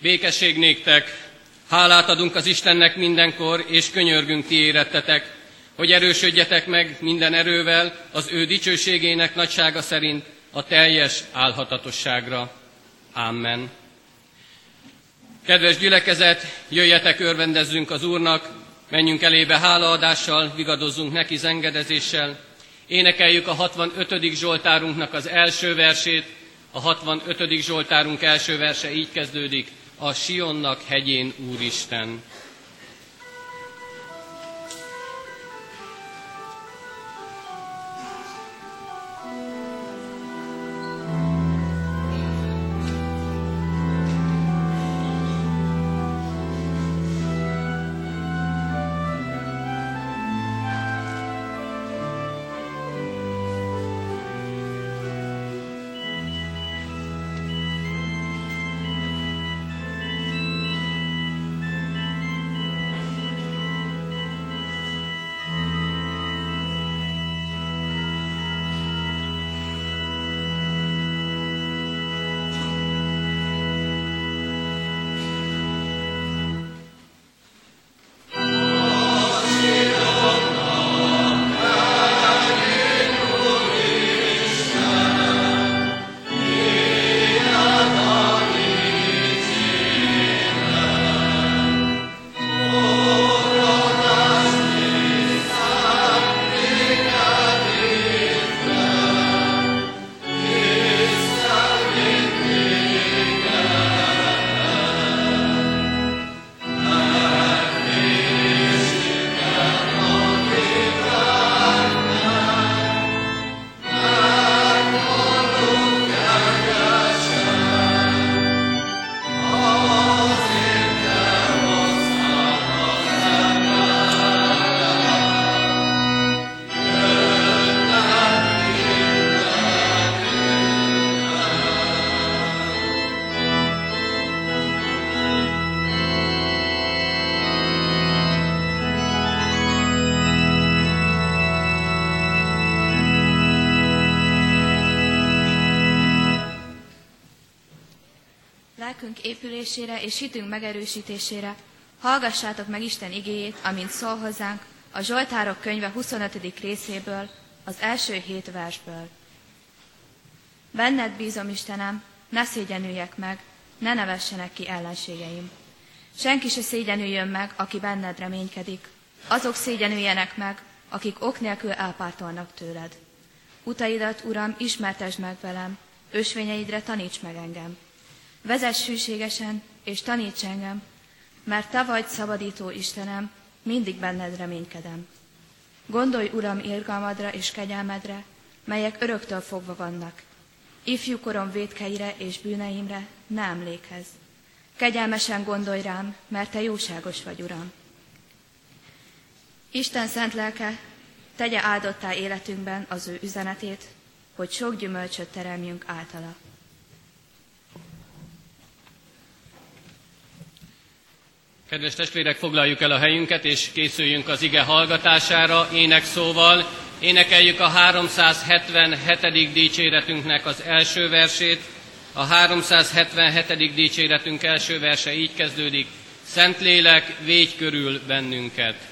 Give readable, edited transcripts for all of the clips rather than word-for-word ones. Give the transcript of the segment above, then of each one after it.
Békesség néktek, hálát adunk az Istennek mindenkor, és könyörgünk ti érettetek, hogy erősödjetek meg minden erővel az ő dicsőségének nagysága szerint a teljes álhatatosságra. Amen. Kedves gyülekezet, jöjjetek, örvendezzünk az Úrnak, menjünk elébe hálaadással, vigadozzunk neki zengedezéssel, énekeljük a 65. Zsoltárunknak az első versét. A 65. Zsoltárunk első verse így kezdődik: a Sionnak hegyén Úristen. Lelkünk épülésére és hitünk megerősítésére hallgassátok meg Isten igéjét, amint szól hozzánk a Zsoltárok könyve 25. részéből, az első 7 versből. Benned bízom, Istenem, ne szégyenüljek meg, ne nevessenek ki ellenségeim. Senki se szégyenüljön meg, aki benned reménykedik. Azok szégyenüljenek meg, akik ok nélkül elpártolnak tőled. Utaidat, Uram, ismertesd meg velem, ösvényeidre taníts meg engem. Vezess hűségesen, és taníts engem, mert te vagy szabadító Istenem, mindig benned reménykedem. Gondolj, Uram, irgalmadra és kegyelmedre, melyek öröktől fogva vannak. Ifjú korom vétkeire és bűneimre ne emlékezz. Kegyelmesen gondolj rám, mert te jóságos vagy, Uram. Isten szent lelke tegye áldottá életünkben az ő üzenetét, hogy sok gyümölcsöt teremjünk általa. Kedves testvérek, foglaljuk el a helyünket, és készüljünk az ige hallgatására énekszóval. Énekeljük a 377. dicséretünknek az első versét. A 377. dicséretünk első verse így kezdődik: Szentlélek, védj körül bennünket.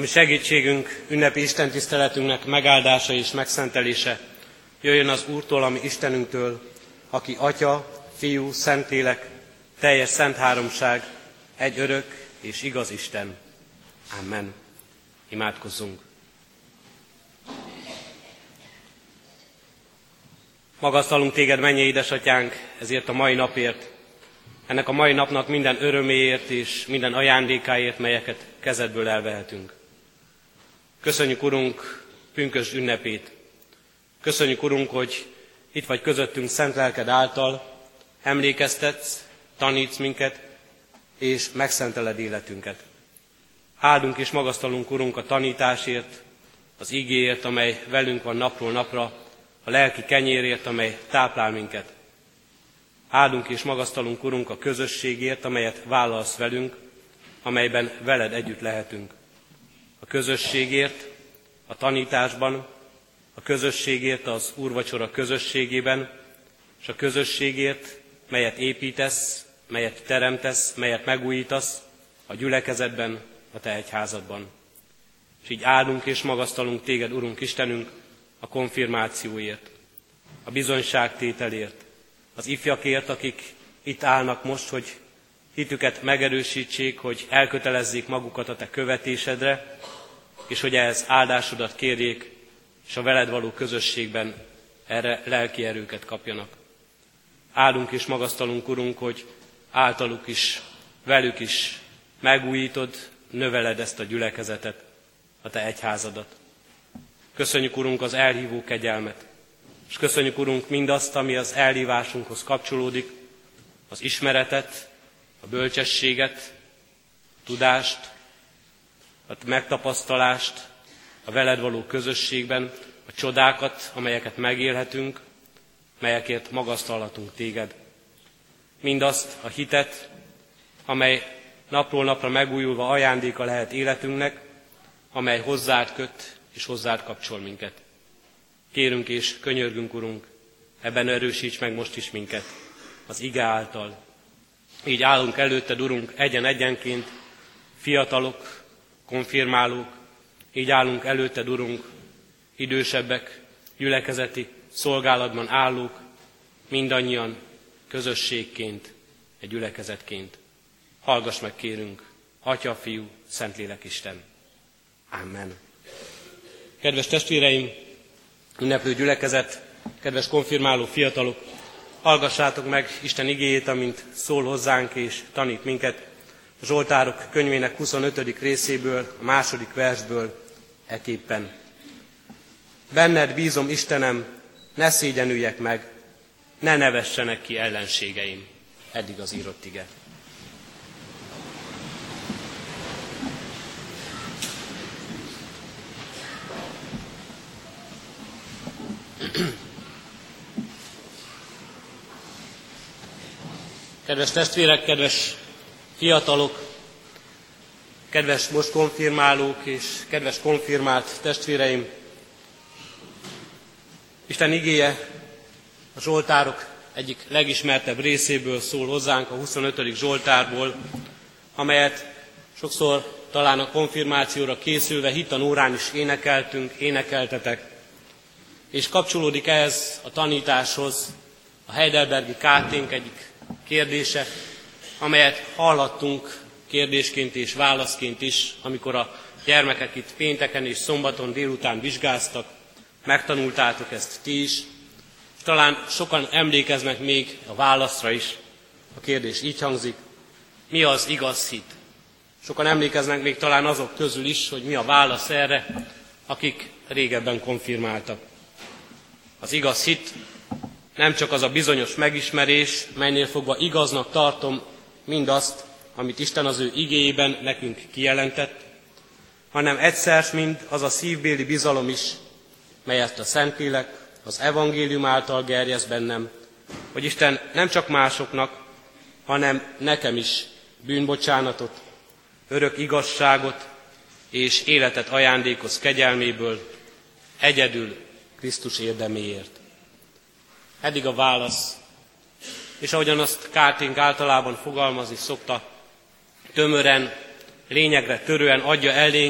ami segítségünk, ünnepi istentiszteletünknek megáldása és megszentelése jöjjön az Úrtól, ami Istenünktől, aki Atya, Fiú, Szentlélek, teljes szent háromság, egy örök és igaz Isten. Amen. Imádkozzunk. Magasztalunk téged, mennyei édesatyánk, ezért a mai napért, ennek a mai napnak minden öröméért és minden ajándékáért, melyeket kezedből elvehetünk. Köszönjük, Urunk, pünkösd ünnepét. Köszönjük, Urunk, hogy itt vagy közöttünk szent lelked által, emlékeztetsz, tanítsz minket, és megszenteled életünket. Áldunk és magasztalunk, Urunk, a tanításért, az igéért, amely velünk van napról napra, a lelki kenyérért, amely táplál minket. Áldunk és magasztalunk, Urunk, a közösségért, amelyet vállalsz velünk, amelyben veled együtt lehetünk. A közösségért, a tanításban, a közösségért az úrvacsora közösségében, és a közösségért, melyet építesz, melyet teremtesz, melyet megújítasz a gyülekezetben, a te egyházadban. És így áldunk és magasztalunk téged, Urunk Istenünk, a konfirmációért, a bizonyságtételért, az ifjakért, akik itt állnak most, hogy hitüket megerősítsék, hogy elkötelezzék magukat a te követésedre, és hogy ehhez áldásodat kérjék, és a veled való közösségben erre lelki erőket kapjanak. Áldunk és magasztalunk, Urunk, hogy általuk is, velük is megújítod, növeled ezt a gyülekezetet, a te egyházadat. Köszönjük, Urunk, az elhívó kegyelmet, és köszönjük, Urunk, mindazt, ami az elhívásunkhoz kapcsolódik, az ismeretet, a bölcsességet, a tudást, a megtapasztalást, a veled való közösségben, a csodákat, amelyeket megélhetünk, melyekért magasztalhatunk téged. Mindazt a hitet, amely napról napra megújulva ajándéka lehet életünknek, amely hozzád köt és hozzád kapcsol minket. Kérünk és könyörgünk, Urunk, ebben erősíts meg most is minket, az ige által. Így állunk előtted, Urunk, egyen-egyenként, fiatalok, konfirmálók, így állunk előtted, Urunk, idősebbek, gyülekezeti szolgálatban állók, mindannyian közösségként, egy gyülekezetként. Hallgass meg, kérünk, Atya, Fiú, Szentlélek Isten. Amen. Kedves testvéreim, ünneplő gyülekezet, kedves konfirmáló fiatalok, hallgassátok meg Isten igéjét, amint szól hozzánk és tanít minket a Zsoltárok könyvének 25. részéből, a 2. versből eképpen. Benned bízom, Istenem, ne szégyenüljek meg, ne nevessenek ki ellenségeim. Eddig az írott ige. Kedves testvérek, kedves fiatalok, kedves most konfirmálók és kedves konfirmált testvéreim, Isten igéje a Zsoltárok egyik legismertebb részéből szól hozzánk, a 25. Zsoltárból, amelyet sokszor talán a konfirmációra készülve hittanórán is énekeltetek, és kapcsolódik ehhez a tanításhoz a Heidelbergi KT-nk egyik kérdése, amelyet hallhattunk kérdésként és válaszként is, amikor a gyermekek itt pénteken és szombaton délután vizsgáztak, megtanultátok ezt ti is, és talán sokan emlékeznek még a válaszra is. A kérdés így hangzik: mi az igaz hit? Sokan emlékeznek még talán azok közül is, hogy mi a válasz erre, akik régebben konfirmáltak. Az igaz hit nem csak az a bizonyos megismerés, melynél fogva igaznak tartom mindazt, amit Isten az ő igéjében nekünk kijelentett, hanem egyszer mind az a szívbéli bizalom is, melyet a Szentlélek az evangélium által gerjeszt bennem, hogy Isten nem csak másoknak, hanem nekem is bűnbocsánatot, örök igazságot és életet ajándékoz kegyelméből, egyedül Krisztus érdeméért. Eddig a válasz, és ahogyan azt KT-nk általában fogalmazni szokta, tömören, lényegre törően adja elénk a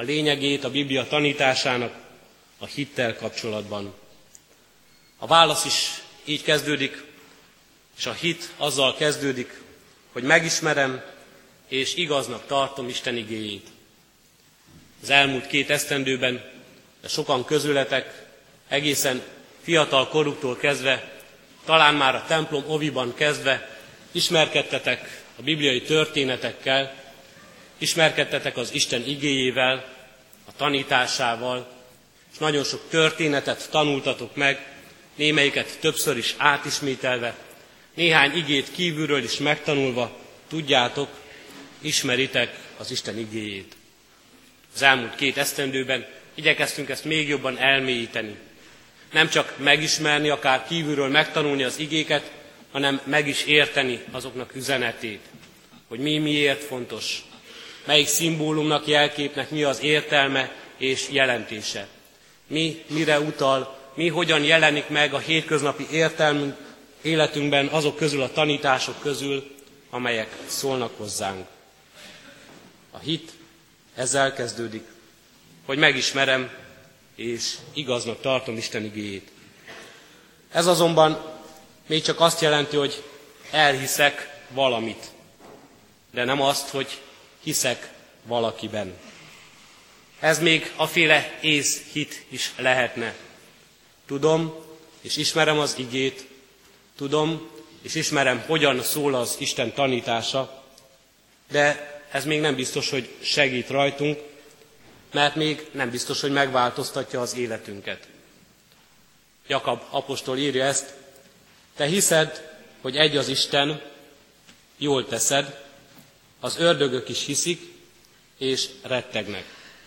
a lényegét a Biblia tanításának a hittel kapcsolatban. A válasz is így kezdődik, és a hit azzal kezdődik, hogy megismerem és igaznak tartom Isten igéjét. Az elmúlt 2 esztendőben, de sokan közületek egészen fiatal koruktól kezdve, talán már a templom oviban kezdve ismerkedtetek a bibliai történetekkel, ismerkedtetek az Isten igéjével, a tanításával, és nagyon sok történetet tanultatok meg, némelyiket többször is átismételve, néhány igét kívülről is megtanulva, tudjátok, ismeritek az Isten igéjét. Az elmúlt 2 esztendőben igyekeztünk ezt még jobban elmélyíteni. Nem csak megismerni, akár kívülről megtanulni az igéket, hanem meg is érteni azoknak üzenetét, hogy mi miért fontos, melyik szimbólumnak, jelképnek mi az értelme és jelentése. Mi mire utal, mi hogyan jelenik meg a hétköznapi értelmünk, életünkben azok közül, a tanítások közül, amelyek szólnak hozzánk. A hit ezzel kezdődik, hogy megismerem és igaznak tartom Isten igéjét. Ez azonban még csak azt jelenti, hogy elhiszek valamit, de nem azt, hogy hiszek valakiben. Ez még aféle észhit is lehetne. Tudom és ismerem az igét, tudom és ismerem, hogyan szól az Isten tanítása, de ez még nem biztos, hogy segít rajtunk, mert még nem biztos, hogy megváltoztatja az életünket. Jakab apostol írja ezt: te hiszed, hogy egy az Isten, jól teszed, az ördögök is hiszik, és rettegnek.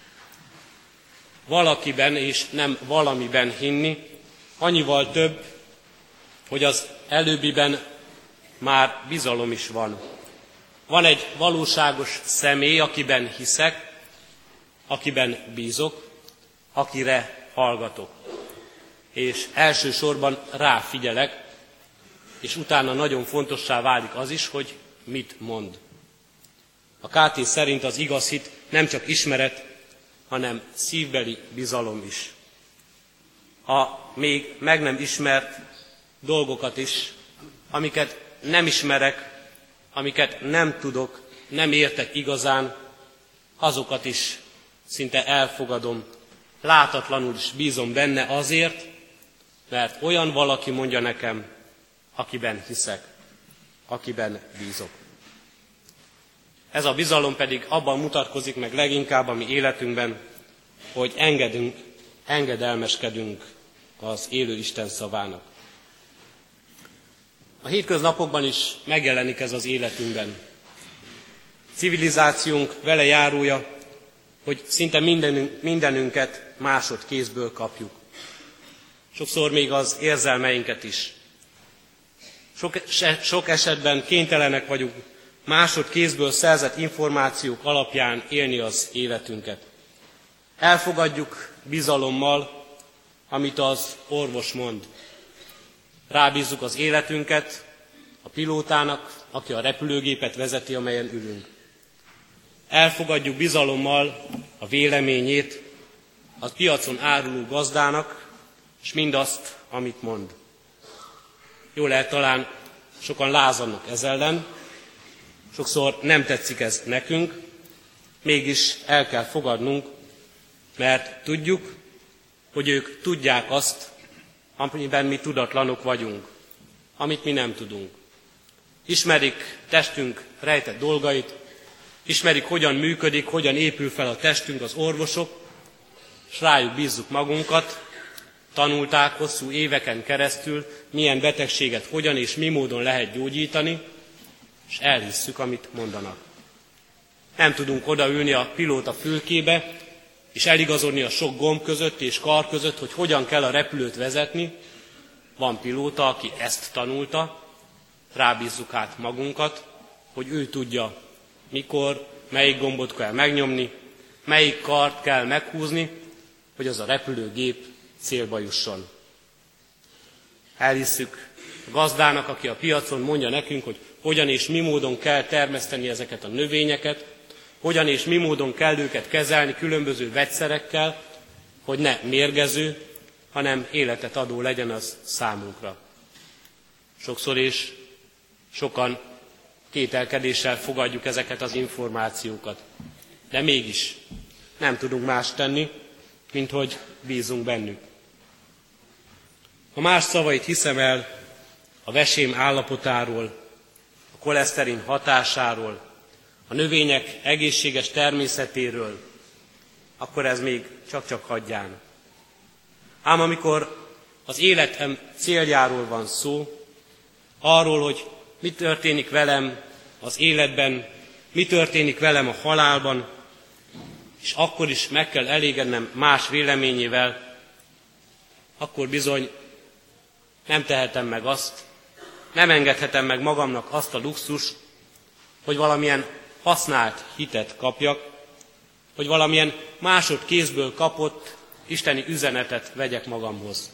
Valakiben és nem valamiben hinni annyival több, hogy az előbbiben már bizalom is van. Van egy valóságos személy, akiben hiszek, akiben bízok, akire hallgatok. És elsősorban ráfigyelek, és utána nagyon fontossá válik az is, hogy mit mond. A KT szerint az igaz hit nem csak ismeret, hanem szívbeli bizalom is. A még meg nem ismert dolgokat is, amiket nem ismerek, amiket nem tudok, nem értek igazán, azokat is szinte elfogadom, látatlanul is bízom benne azért, mert olyan valaki mondja nekem, akiben hiszek, akiben bízok. Ez a bizalom pedig abban mutatkozik meg leginkább a mi életünkben, hogy engedelmeskedünk az élő Isten szavának. A hétköznapokban is megjelenik ez az életünkben. Civilizációnk vele járója, hogy szinte mindenünket másodkézből kapjuk. Sokszor még az érzelmeinket is. Sok esetben kénytelenek vagyunk másodkézből szerzett információk alapján élni az életünket. Elfogadjuk bizalommal, amit az orvos mond. Rábízzuk az életünket a pilótának, aki a repülőgépet vezeti, amelyen ülünk. Elfogadjuk bizalommal a véleményét a piacon áruló gazdának, és mindazt, amit mond. Jó lehet, talán sokan lázadnak ez ellen, sokszor nem tetszik ez nekünk, mégis el kell fogadnunk, mert tudjuk, hogy ők tudják azt, amiben mi tudatlanok vagyunk, amit mi nem tudunk. Ismerik testünk rejtett dolgait, ismerik, hogyan működik, hogyan épül fel a testünk az orvosok, és rájuk bízzuk magunkat, tanulták hosszú éveken keresztül, milyen betegséget hogyan és mi módon lehet gyógyítani, és elhisszük, amit mondanak. Nem tudunk odaülni a pilóta fülkébe, és eligazodni a sok gomb között és kar között, hogy hogyan kell a repülőt vezetni. Van pilóta, aki ezt tanulta, rábízzuk át magunkat, hogy ő tudja, mikor, melyik gombot kell megnyomni, melyik kart kell meghúzni, hogy az a repülőgép célba jusson. Elhisszük a gazdának, aki a piacon mondja nekünk, hogy hogyan és mi módon kell termeszteni ezeket a növényeket, hogyan és mi módon kell őket kezelni különböző vegyszerekkel, hogy ne mérgező, hanem életet adó legyen az számunkra. Sokszor és sokan kételkedéssel fogadjuk ezeket az információkat, de mégis nem tudunk más tenni, mint hogy bízunk bennük. A más szavait hiszem el a vesém állapotáról, a koleszterin hatásáról, a növények egészséges természetéről, akkor ez még csak-csak hagyján. Ám amikor az életem céljáról van szó, arról, hogy mi történik velem az életben, mi történik velem a halálban, és akkor is meg kell elégednem más véleményével, akkor bizony nem tehetem meg azt, nem engedhetem meg magamnak azt a luxust, hogy valamilyen használt hitet kapjak, hogy valamilyen másodkézből kapott isteni üzenetet vegyek magamhoz.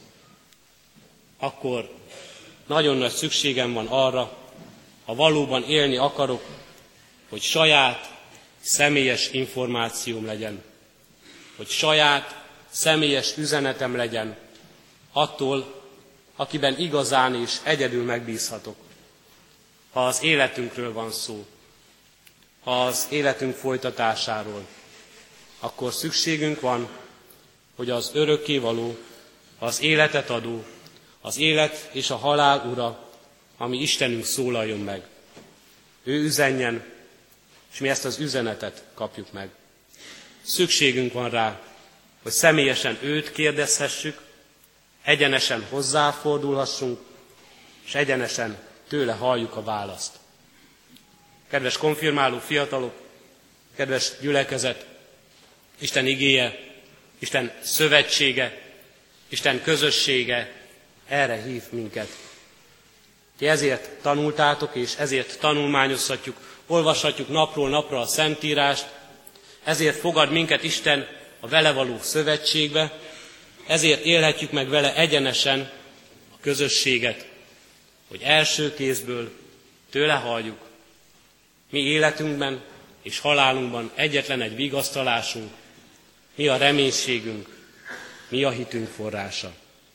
Akkor nagyon nagy szükségem van arra, ha valóban élni akarok, hogy saját, személyes információm legyen, hogy saját, személyes üzenetem legyen attól, akiben igazán és egyedül megbízhatok. Ha az életünkről van szó, ha az életünk folytatásáról, akkor szükségünk van, hogy az örökkévaló, az életet adó, az élet és a halál ura, ami Istenünk szólaljon meg. Ő üzenjen, és mi ezt az üzenetet kapjuk meg. Szükségünk van rá, hogy személyesen őt kérdezhessük, egyenesen hozzáfordulhassunk, és egyenesen tőle halljuk a választ. Kedves konfirmáló fiatalok, kedves gyülekezet, Isten igéje, Isten szövetsége, Isten közössége erre hív minket. Ti ezért tanultátok, és ezért tanulmányozhatjuk, olvashatjuk napról napra a Szentírást, ezért fogad minket Isten a vele való szövetségbe, ezért élhetjük meg vele egyenesen a közösséget, hogy első kézből tőle halljuk. Mi életünkben és halálunkban egyetlen egy vigasztalásunk, mi a reménységünk, mi a hitünk forrása.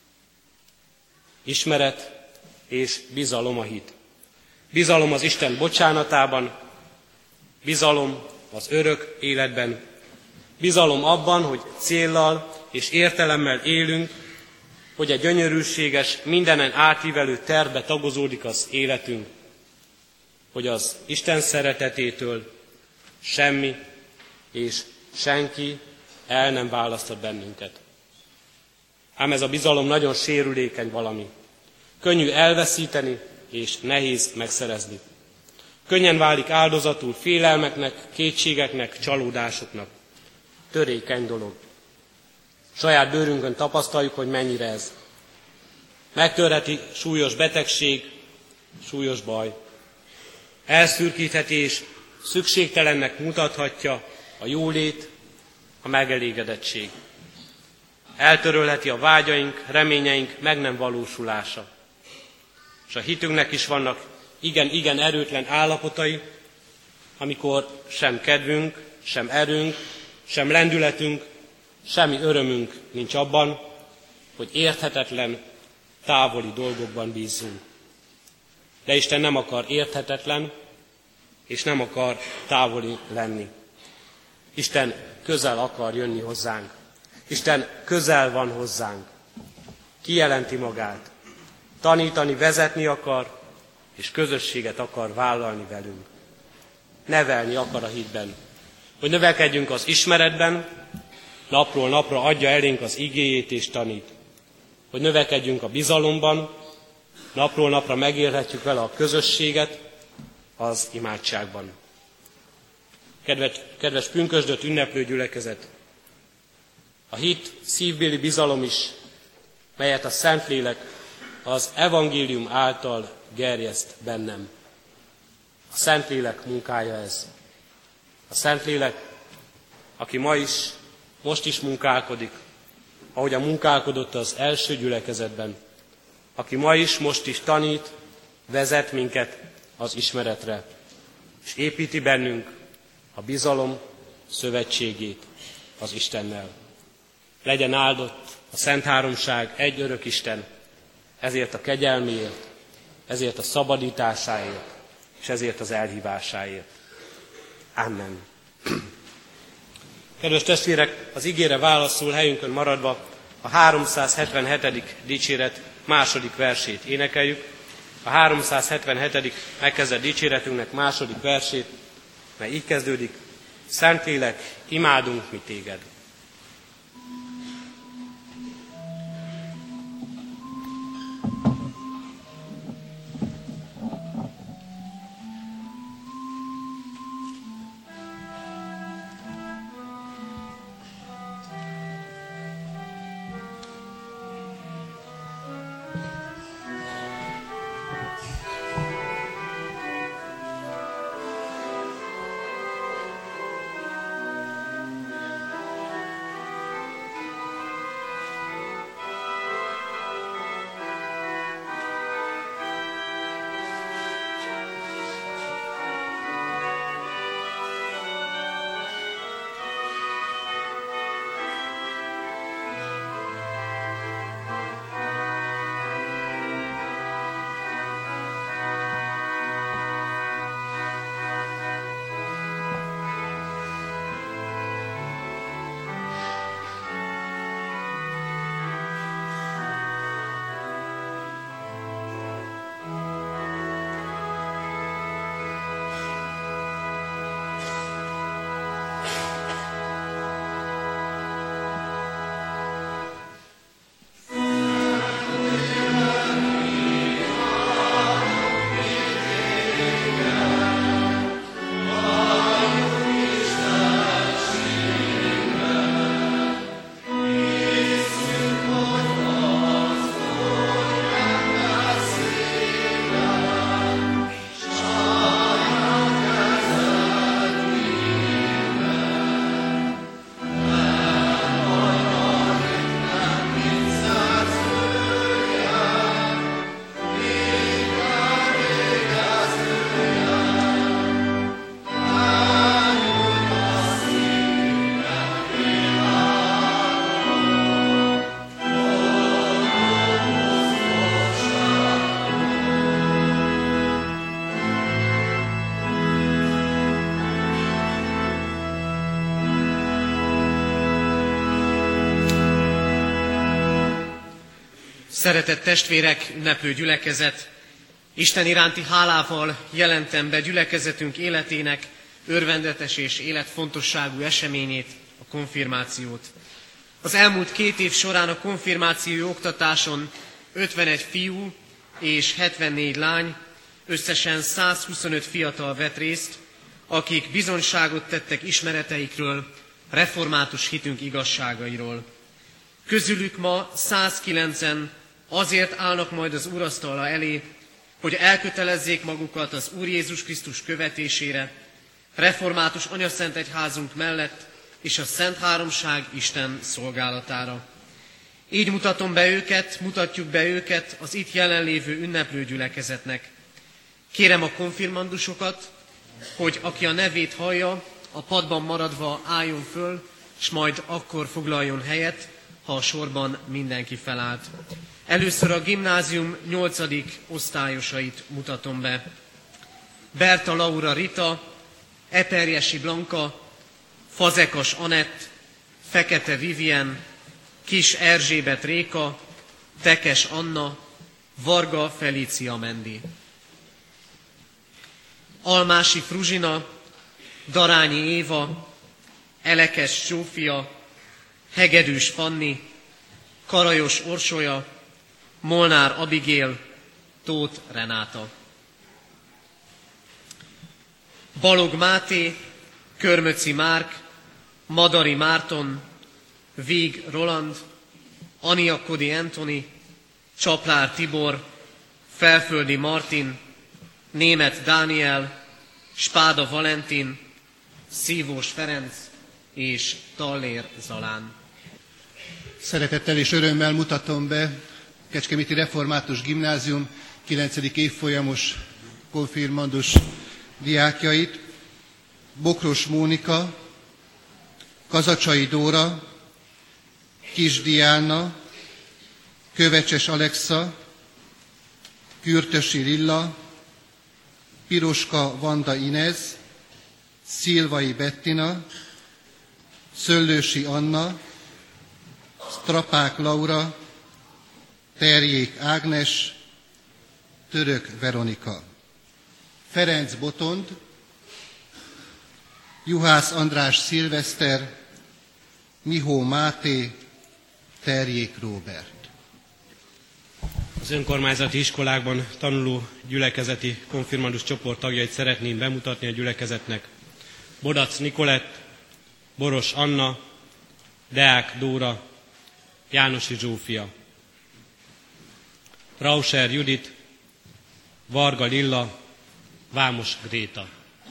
Ismeret és bizalom a hit. Bizalom az Isten bocsánatában, bizalom az örök életben, bizalom abban, hogy céllal és értelemmel élünk, hogy egy gyönyörűséges, mindenen átívelő tervbe tagozódik az életünk, hogy az Isten szeretetétől semmi és senki el nem választhat bennünket. Ám ez a bizalom nagyon sérülékeny valami. Könnyű elveszíteni és nehéz megszerezni. Könnyen válik áldozatul félelmeknek, kétségeknek, csalódásoknak. Törékeny dolog. Saját bőrünkön tapasztaljuk, hogy mennyire ez. Megtörheti súlyos betegség, súlyos baj. Elszürkítheti és szükségtelennek mutathatja a jólét, a megelégedettség. Eltörölheti a vágyaink, reményeink meg nem valósulása. És a hitünknek is vannak igen erőtlen állapotai, amikor sem kedvünk, sem erőnk, sem lendületünk, semmi örömünk nincs abban, hogy érthetetlen, távoli dolgokban bízzunk. De Isten nem akar érthetetlen, és nem akar távoli lenni. Isten közel akar jönni hozzánk. Isten közel van hozzánk. Kijelenti magát. Tanítani, vezetni akar, és közösséget akar vállalni velünk. Nevelni akar a hitben. Hogy növekedjünk az ismeretben, napról napra adja elénk az igéjét és tanít. Hogy növekedjünk a bizalomban, napról napra megélhetjük vele a közösséget az imádságban. Kedves pünkösdöt ünneplő gyülekezet! A hit szívbéli bizalom is, melyet a Szentlélek az evangélium által gerjeszt bennem. A Szentlélek munkája ez. A Szentlélek, aki most is munkálkodik, ahogyan munkálkodott az első gyülekezetben, aki most is tanít, vezet minket az ismeretre, és építi bennünk a bizalom szövetségét az Istennel. Legyen áldott a Szent Háromság, egy örök Isten, ezért a kegyelméért, ezért a szabadításáért, és ezért az elhívásáért. Amen. Kedves testvérek, az igére válaszul helyünkön maradva a 377. dicséret második versét énekeljük. A 377. megkezdett dicséretünknek második versét, mely így kezdődik: Szentlélek, imádunk mi téged. Szeretett testvérek, ünneplő gyülekezet, Isten iránti hálával jelentem be gyülekezetünk életének örvendetes és életfontosságú eseményét, a konfirmációt. Az elmúlt 2 év során a konfirmációi oktatáson 51 fiú és 74 lány, összesen 125 fiatal vett részt, akik bizonyságot tettek ismereteikről, református hitünk igazságairól. Közülük ma 109-en azért állnak majd az úrasztala elé, hogy elkötelezzék magukat az Úr Jézus Krisztus követésére, református anyaszentegyházunk mellett és a Szent Háromság Isten szolgálatára. Így mutatjuk be őket az itt jelenlévő ünneplő gyülekezetnek. Kérem a konfirmandusokat, hogy aki a nevét hallja, a padban maradva álljon föl, és majd akkor foglaljon helyet, ha a sorban mindenki felállt. Először a gimnázium 8. osztályosait mutatom be. Berta Laura Rita, Eperjesi Blanka, Fazekas Anett, Fekete Vivien, Kis Erzsébet Réka, Tekes Anna, Varga Felícia Mendi. Almási Fruzsina, Darányi Éva, Elekes Zsófia, Hegedűs Fanni, Karajos Orsolya, Molnár Abigél, Tóth Renáta. Balog Máté, Körmöci Márk, Madari Márton, Vég Roland, Aniakodi Antoni, Csaplár Tibor, Felföldi Martin, Németh Dániel, Spáda Valentin, Szívós Ferenc és Tallér Zalán. Szeretettel és örömmel mutatom be Kecskeméti Református Gimnázium 9. évfolyamos konfirmandus diákjait. Bokros Mónika, Kazacsai Dóra, Kis Diana, Kövecses Alexa, Kürtösi Lilla, Piroska Vanda Inez, Szilvai Bettina, Szöllősi Anna, Strapák Laura, Terjék Ágnes, Török Veronika, Ferenc Botond, Juhász András Szilveszter, Mihó Máté, Terjék Róbert. Az önkormányzati iskolákban tanuló gyülekezeti konfirmandus csoport tagjait szeretném bemutatni a gyülekezetnek. Bodac Nikolett, Boros Anna, Deák Dóra, Jánosi Zsófia, Rauser Judit, Varga Lilla, Vámos Gréta,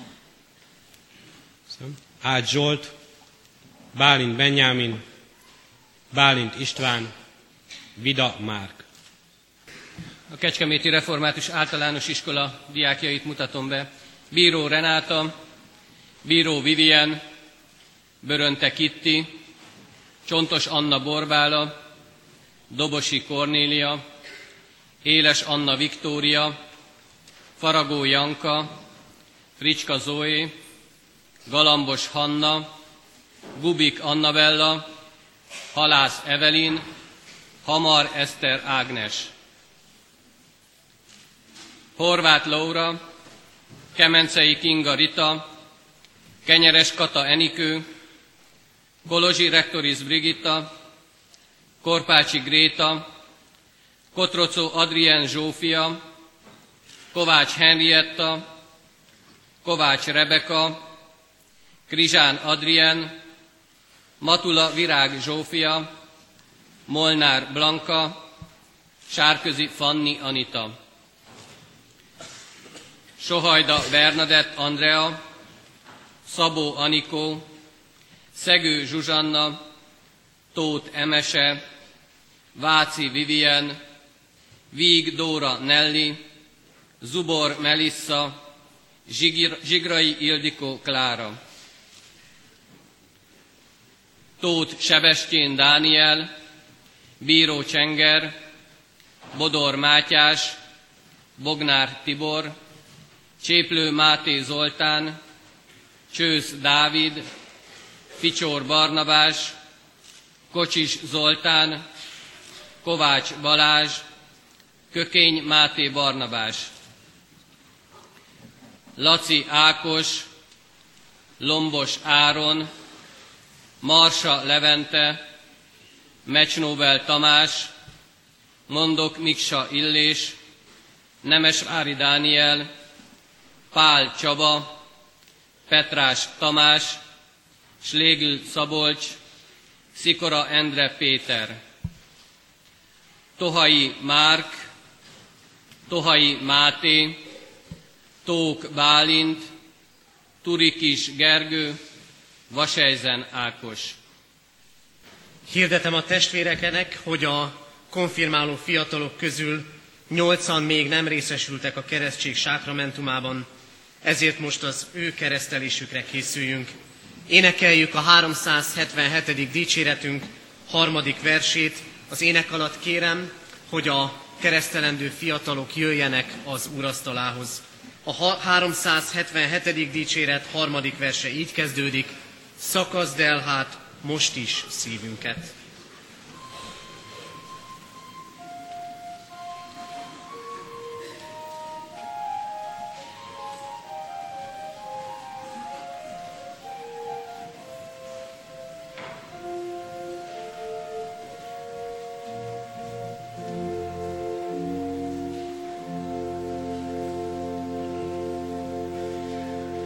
Ács Zsolt, Bálint Benjámin, Bálint István, Vida Márk. A Kecskeméti Református Általános Iskola diákjait mutatom be. Bíró Renáta, Bíró Vivien, Börönte Kitti, Csontos Anna Borbála, Dobosi Kornélia, Éles Anna Viktória, Faragó Janka, Fricska Zoé, Galambos Hanna, Gubik Annabella, Halász Evelin, Hamar Eszter Ágnes, Horváth Laura, Kemencei Kinga Rita, Kenyeres Kata Enikő, Kolozsi Rektoris Brigitta, Korpácsi Gréta, Kotrocó Adrien Zsófia, Kovács Henrietta, Kovács Rebeka, Krizsán Adrien, Matula Virág Zsófia, Molnár Blanka, Sárközi Fanni Anita, Sohajda Bernadett Andrea, Szabó Anikó, Szegő Zsuzsanna, Tóth Emese, Váci Vivien, Víg Dóra Nelli, Zubor Melissa, Zsigrai Ildikó Klára, Tóth Sebestyén Dániel, Bíró Csenger, Bodor Mátyás, Bognár Tibor, Cséplő Máté Zoltán, Csősz Dávid, Ficsór Barnabás, Kocsis Zoltán, Kovács Balázs, Kökény Máté Barnabás, Laci Ákos, Lombos Áron, Marsa Levente, Mecsnóbel Tamás, Mondok Miksa Illés, Nemesvári Dániel, Pál Csaba, Petrás Tamás, Slégl Szabolcs, Szikora Endre Péter, Tohai Márk, Tohai Máté, Tók Bálint, Turikis Gergő, Vasejzen Ákos. Hirdetem a testvéreknek, hogy a konfirmáló fiatalok közül 8-an még nem részesültek a keresztség sákramentumában, ezért most az ő keresztelésükre készüljünk. Énekeljük a 377. dicséretünk 3. versét. Az ének alatt kérem, hogy a keresztelendő fiatalok jöjjenek az úrasztalához. A 377. dicséret 3. verse így kezdődik: szakaszd el hát most is szívünket.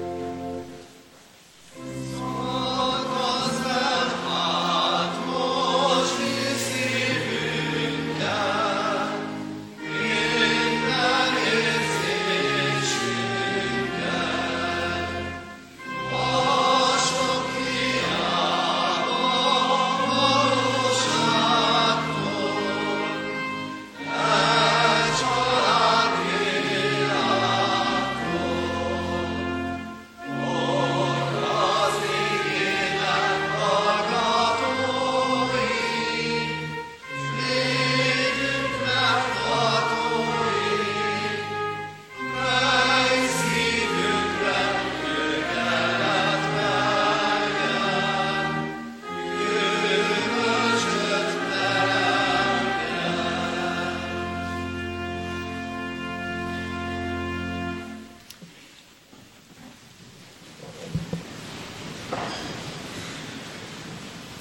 Most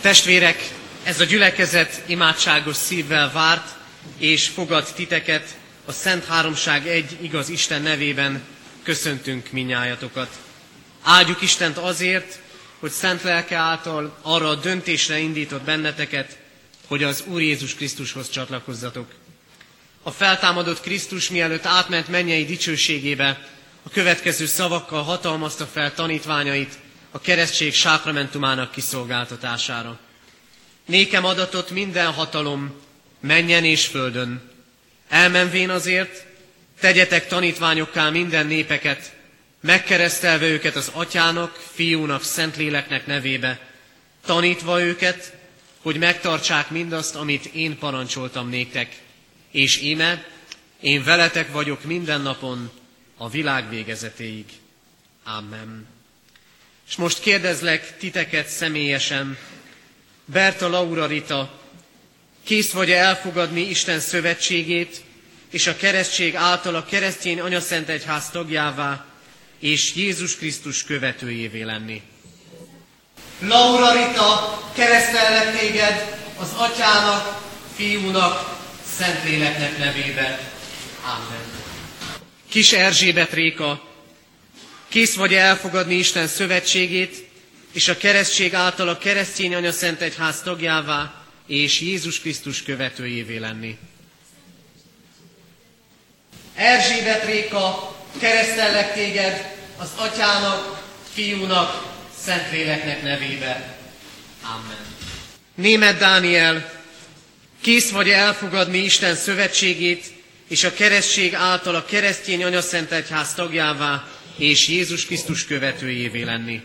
Testvérek, ez a gyülekezet imádságos szívvel várt, és fogad titeket a Szent Háromság egy igaz Isten nevében. Köszöntünk minnyájatokat. Áldjuk Istent azért, hogy szent lelke által arra a döntésre indított benneteket, hogy az Úr Jézus Krisztushoz csatlakozzatok. A feltámadott Krisztus mielőtt átment mennyei dicsőségébe, a következő szavakkal hatalmazta fel tanítványait a keresztség sákramentumának kiszolgáltatására. Nékem adatott minden hatalom, mennyen és földön. Elmenvén azért, tegyetek tanítványokká minden népeket, megkeresztelve őket az Atyának, Fiúnak, Szentléleknek nevébe, tanítva őket, hogy megtartsák mindazt, amit én parancsoltam néktek. És íme, én veletek vagyok minden napon, a világ végezetéig. Amen. És most kérdezlek titeket személyesen, Berta Laura Rita, kész vagy-e elfogadni Isten szövetségét, és a keresztség által a keresztény anyaszentegyház tagjává, és Jézus Krisztus követőjévé lenni? Laura Rita, keresztellek téged az Atyának, Fiúnak, Szentléleknek nevébe. Amen. Kis Erzsébet Réka, kész vagy-e elfogadni Isten szövetségét, és a keresztség által a keresztény anyaszentegyház tagjává, és Jézus Krisztus követőjévé lenni? Erzsébet Réka, keresztellek téged az Atyának, Fiúnak, Szentléleknek nevébe. Amen. Németh Dániel, kész vagy elfogadni Isten szövetségét, és a keresztség által a keresztény anyaszentegyház tagjává, és Jézus Krisztus követőjévé lenni?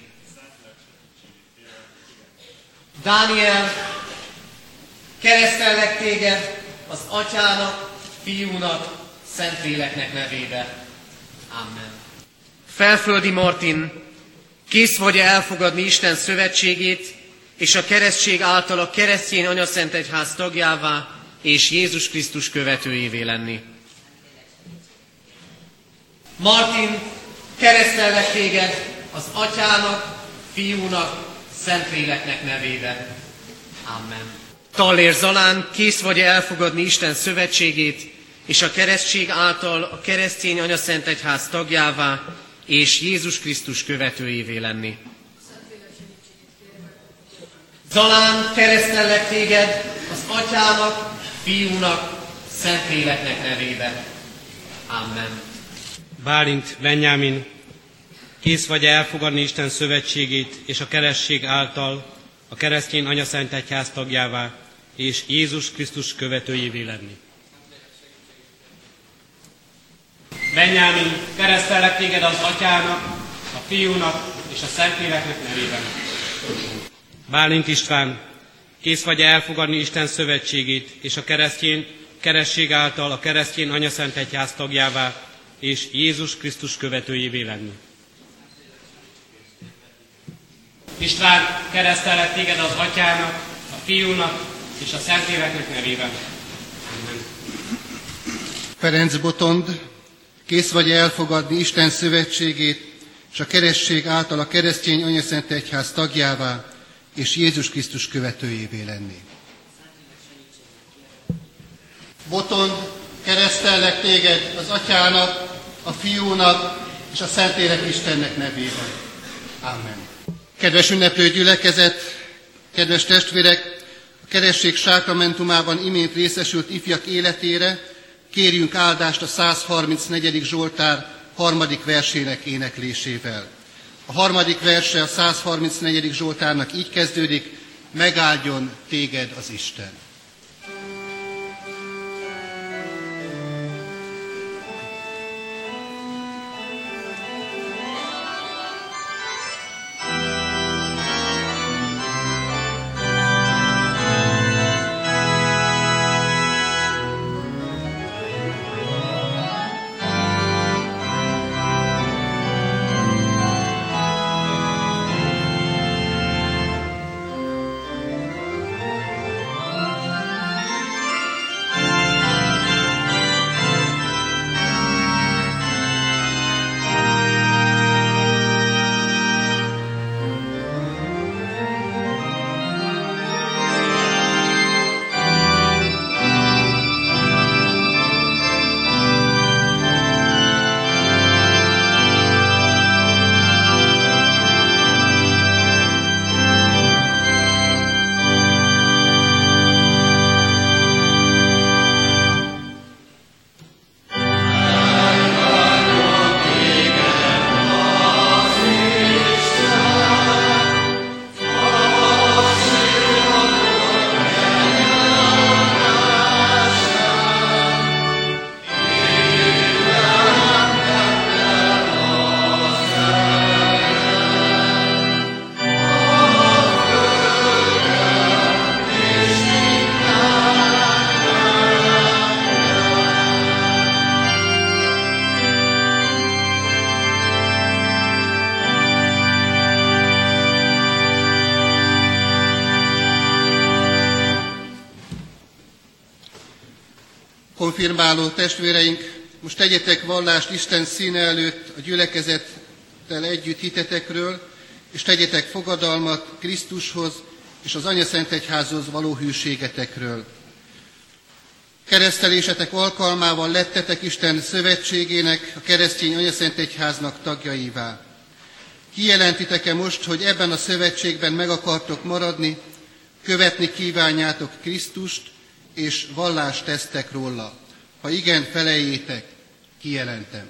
Dániel, keresztellek téged az Atyának, Fiúnak, Szentléleknek nevébe. Amen. Felföldi Martin, kész vagy-e elfogadni Isten szövetségét, és a keresztség által a keresztény anyaszentegyház tagjává, és Jézus Krisztus követőjévé lenni? Martin, keresztellek téged az Atyának, Fiúnak, Szentléleknek nevébe. Amen. Tallér Zalán, kész vagy-e elfogadni Isten szövetségét, és a keresztség által a keresztény anyaszentegyház tagjává, és Jézus Krisztus követőjévé lenni? Zalán, keresztellek téged az Atyának, Fiúnak, Szentléleknek nevébe. Amen. Bálint Benyámin, kész vagy elfogadni Isten szövetségét, és a keresztség által a keresztény anyaszentegyház tagjává, és Jézus Krisztus követőjévé lenni? Benyámin, keresztellek téged az Atyának, a Fiúnak és a Szentléleknek nevében. Bálint István, kész vagy elfogadni Isten szövetségét, és a keresztség által a keresztény anyaszentegyház tagjává, és Jézus Krisztus követőjévé lenni? István, keresztellek téged az Atyának, a Fiúnak és a Szentléleknek nevében. Amen. Ferenc Botond, kész vagy elfogadni Isten szövetségét, és a keresztség által a keresztény anyaszentegyház tagjává, és Jézus Krisztus követőjévé lenni? Botond, keresztellek téged az Atyának, a Fiúnak és a Szentlélek Istennek nevében. Amen. Kedves ünneplő gyülekezet, kedves testvérek, a keresztség sákramentumában imént részesült ifjak életére kérjünk áldást a 134. Zsoltár 3. versének éneklésével. A 3. verse a 134. Zsoltárnak így kezdődik: megáldjon téged az Isten. konfirmáló testvéreink, most tegyetek vallást Isten színe előtt a gyülekezettel együtt hitetekről, és tegyetek fogadalmat Krisztushoz és az Anyaszentegyházhoz való hűségetekről. Keresztelésetek alkalmával lettetek Isten szövetségének, a keresztény Anyaszentegyháznak tagjaivá. Kijelentitek-e most, hogy ebben a szövetségben meg akartok maradni, követni kívánjátok Krisztust, és vallást tesztek róla? Ha igen, feleljétek, kijelentem.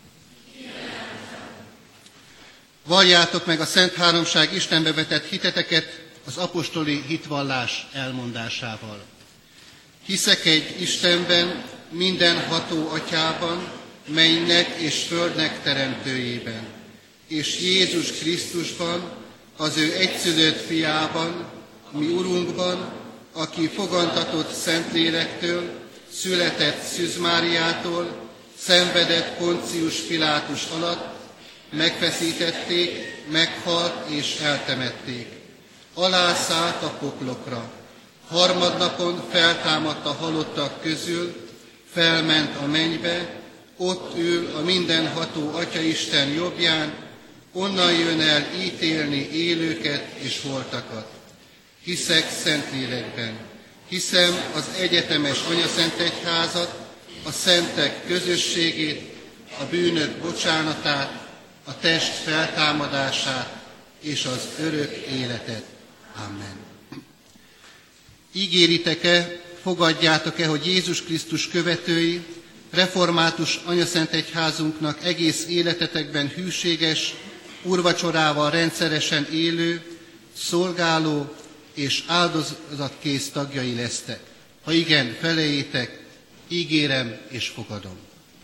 Valljátok meg a Szent Háromság Istenbe vetett hiteteket az apostoli hitvallás elmondásával. Hiszek egy Istenben, mindenható Atyában, mennynek és földnek teremtőjében, és Jézus Krisztusban, az ő egyszülött fiában, mi Urunkban, aki fogantatott Szentlélektől, született Szűz Máriától, szenvedett Poncius Pilátus alatt, megfeszítették, meghalt és eltemették. Alászállt a poklokra. Harmadnapon feltámadt a halottak közül, felment a mennybe, ott ül a mindenható Atyaisten jobbján, onnan jön el ítélni élőket és holtakat. Hiszek Szentlélekben, hiszem az egyetemes Anyaszentegyházat, a szentek közösségét, a bűnök bocsánatát, a test feltámadását és az örök életet. Amen. Ígéritek-e, fogadjátok-e, hogy Jézus Krisztus követői, református Anyaszentegyházunknak egész életetekben hűséges, úrvacsorával rendszeresen élő, szolgáló és áldozatkész tagjai lesztek? Ha igen, feleljétek, ígérem és fogadom.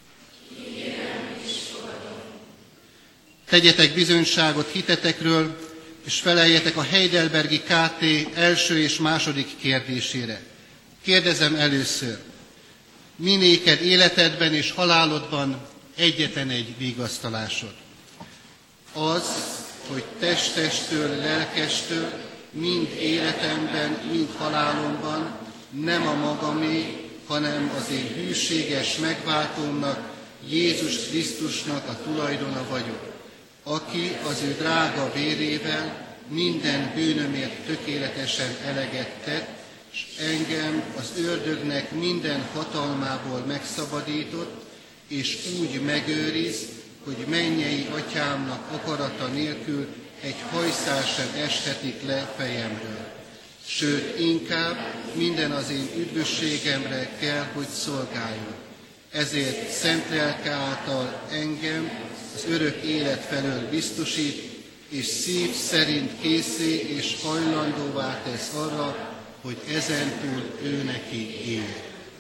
Tegyetek bizonyságot hitetekről, és feleljetek a Heidelbergi KT első és második kérdésére. Kérdezem először, mi néked életedben és halálodban egyetlen egy vigasztalásod? Az, hogy testestől, lelkestől, mind életemben, mind halálomban nem a magamé, hanem az én hűséges megváltómnak, Jézus Krisztusnak a tulajdona vagyok, aki az ő drága vérével minden bűnömért tökéletesen eleget tett, és engem az ördögnek minden hatalmából megszabadított, és úgy megőriz, hogy mennyei atyámnak akarata nélkül egy hajszál sem eshetik le fejemről. Sőt, inkább minden az én üdvösségemre kell, hogy szolgáljon. Ezért szent lelke által engem az örök élet felől biztosít, és szív szerint készé és hajlandóvá tesz arra, hogy ezentúl ő neki él.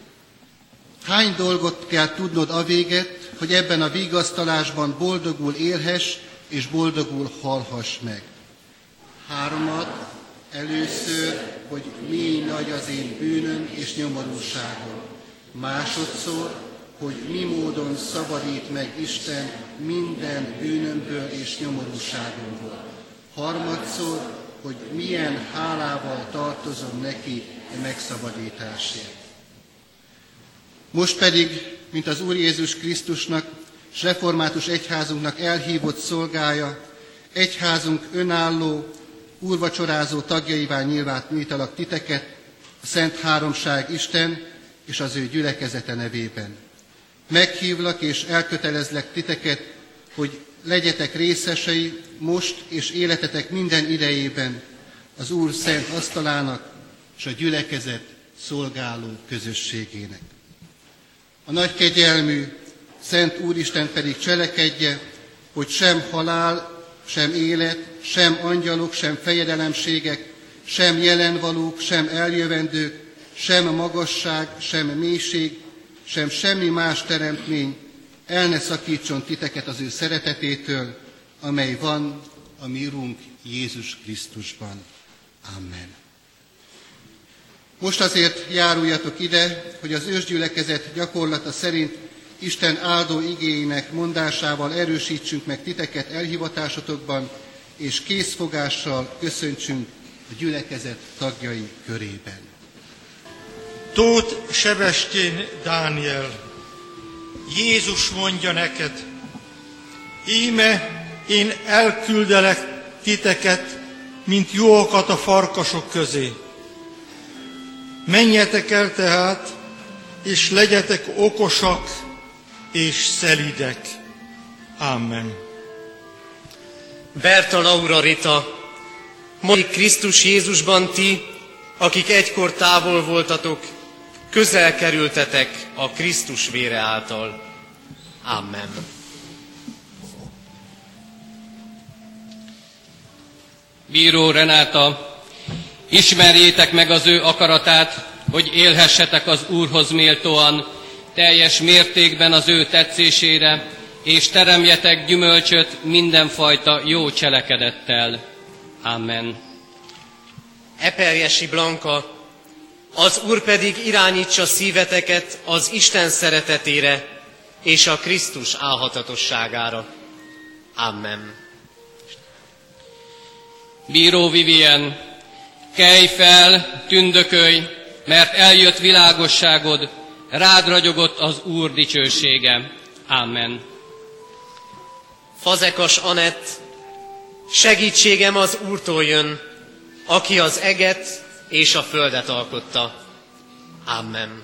Hány dolgot kell tudnod avéget, hogy ebben a vigasztalásban boldogul élhess, és boldogul halhass meg? 3. Először, hogy mi nagy az én bűnöm és nyomorúságom. 2. hogy mi módon szabadít meg Isten minden bűnömből és nyomorúságomból. 3. hogy milyen hálával tartozom neki a megszabadításért. Most pedig, mint az Úr Jézus Krisztusnak és református egyházunknak elhívott szolgája, egyházunk önálló, úrvacsorázó tagjaivá nyilvánítalak titeket, a Szent Háromság Isten és az ő gyülekezete nevében. Meghívlak és elkötelezlek titeket, hogy legyetek részesei most és életetek minden idejében az Úr szent asztalának és a gyülekezet szolgáló közösségének. A nagy kegyelmű Szent Úristen pedig cselekedje, hogy sem halál, sem élet, sem angyalok, sem fejedelemségek, sem jelenvalók, sem eljövendők, sem magasság, sem mélység, sem semmi más teremtmény el ne szakítson titeket az ő szeretetétől, amely van a mi Urunk Jézus Krisztusban. Amen. Most azért járuljatok ide, hogy az ősgyülekezet gyakorlata szerint Isten áldó igéinek mondásával erősítsünk meg titeket elhivatásotokban, és készfogással köszöntsünk a gyülekezet tagjai körében. Tóth Sebestyén Dániel. Jézus mondja neked: íme én elküldelek titeket, mint juhokat a farkasok közé. Menjetek el tehát, és legyetek okosak és szelídek. Amen. Berta Laura Rita, mondj Krisztus Jézusban ti, akik egykor távol voltatok, közel kerültetek a Krisztus vére által. Amen. Bíró Renáta, ismerjétek meg az ő akaratát, hogy élhessetek az Úrhoz méltóan, teljes mértékben az ő tetszésére, és teremjetek gyümölcsöt mindenfajta jó cselekedettel. Amen. Eperjesi Blanka, az Úr pedig irányítsa szíveteket az Isten szeretetére és a Krisztus álhatatosságára. Amen. Bíró Vivien, kelj fel, tündökölj, mert eljött világosságod, rád ragyogott az Úr dicsősége. Amen. Fazekas Anett, segítségem az Úrtól jön, aki az eget és a földet alkotta. Amen.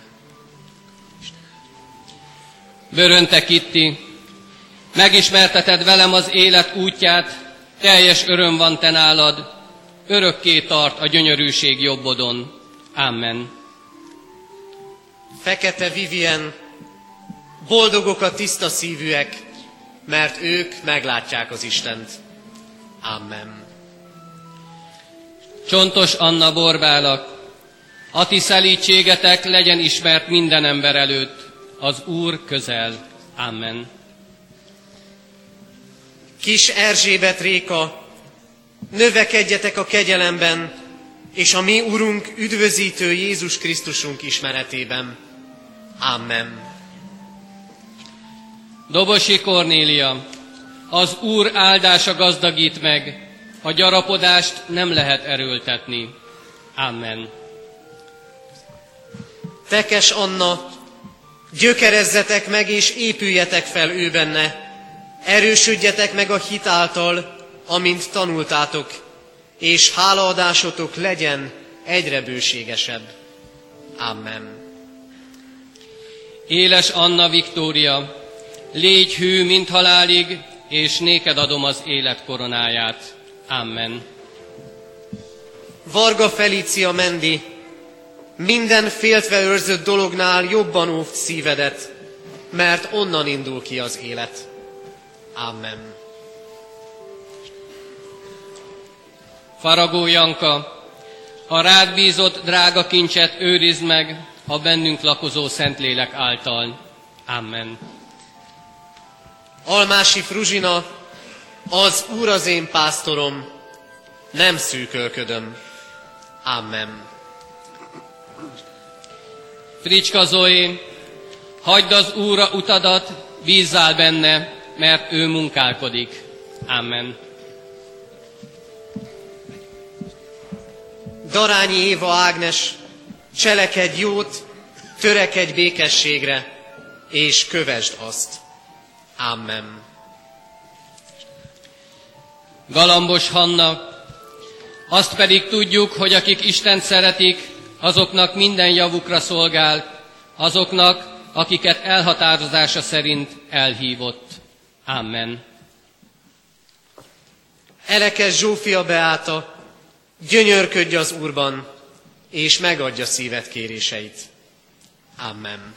Börönte Kitti, megismerteted velem az élet útját, teljes öröm van te nálad, örökké tart a gyönyörűség jobbodon. Amen. Fekete Vivien, boldogok a tiszta szívűek, mert ők meglátják az Istent. Amen. Csontos Anna Borbálak, a ti szelídségetek legyen ismert minden ember előtt, az Úr közel. Amen. Kis Erzsébet Réka, növekedjetek a kegyelemben, és a mi Urunk, üdvözítő Jézus Krisztusunk ismeretében. Amen. Dobosi Kornélia, az Úr áldása gazdagít meg, a gyarapodást nem lehet erőltetni. Amen. Tekes Anna, gyökerezzetek meg és épüljetek fel ő benne, erősödjetek meg a hit által, amint tanultátok, és hálaadásotok legyen egyre bőségesebb. Amen. Éles Anna Viktória, légy hű, mint halálig, és néked adom az élet koronáját. Amen. Varga Felícia Mendi, minden féltve őrzött dolognál jobban óvd szívedet, mert onnan indul ki az élet. Amen. Faragó Janka, a rád bízott drága kincset őrizd meg a bennünk lakozó Szentlélek által. Amen. Almási Fruzsina, az Úr az én pásztorom, nem szűkölködöm. Amen. Fricska Zoé, hagyd az Úrra utadat, bízzál benne, mert ő munkálkodik. Amen. Darányi Éva Ágnes, cselekedj jót, törekedj békességre, és kövesd azt. Amen. Galambos Hanna, azt pedig tudjuk, hogy akik Istent szeretik, azoknak minden javukra szolgál, azoknak, akiket elhatározása szerint elhívott. Amen. Elekes Zsófia Beáta, gyönyörködj az Úrban, és megadja szíved kéréseit. Amen.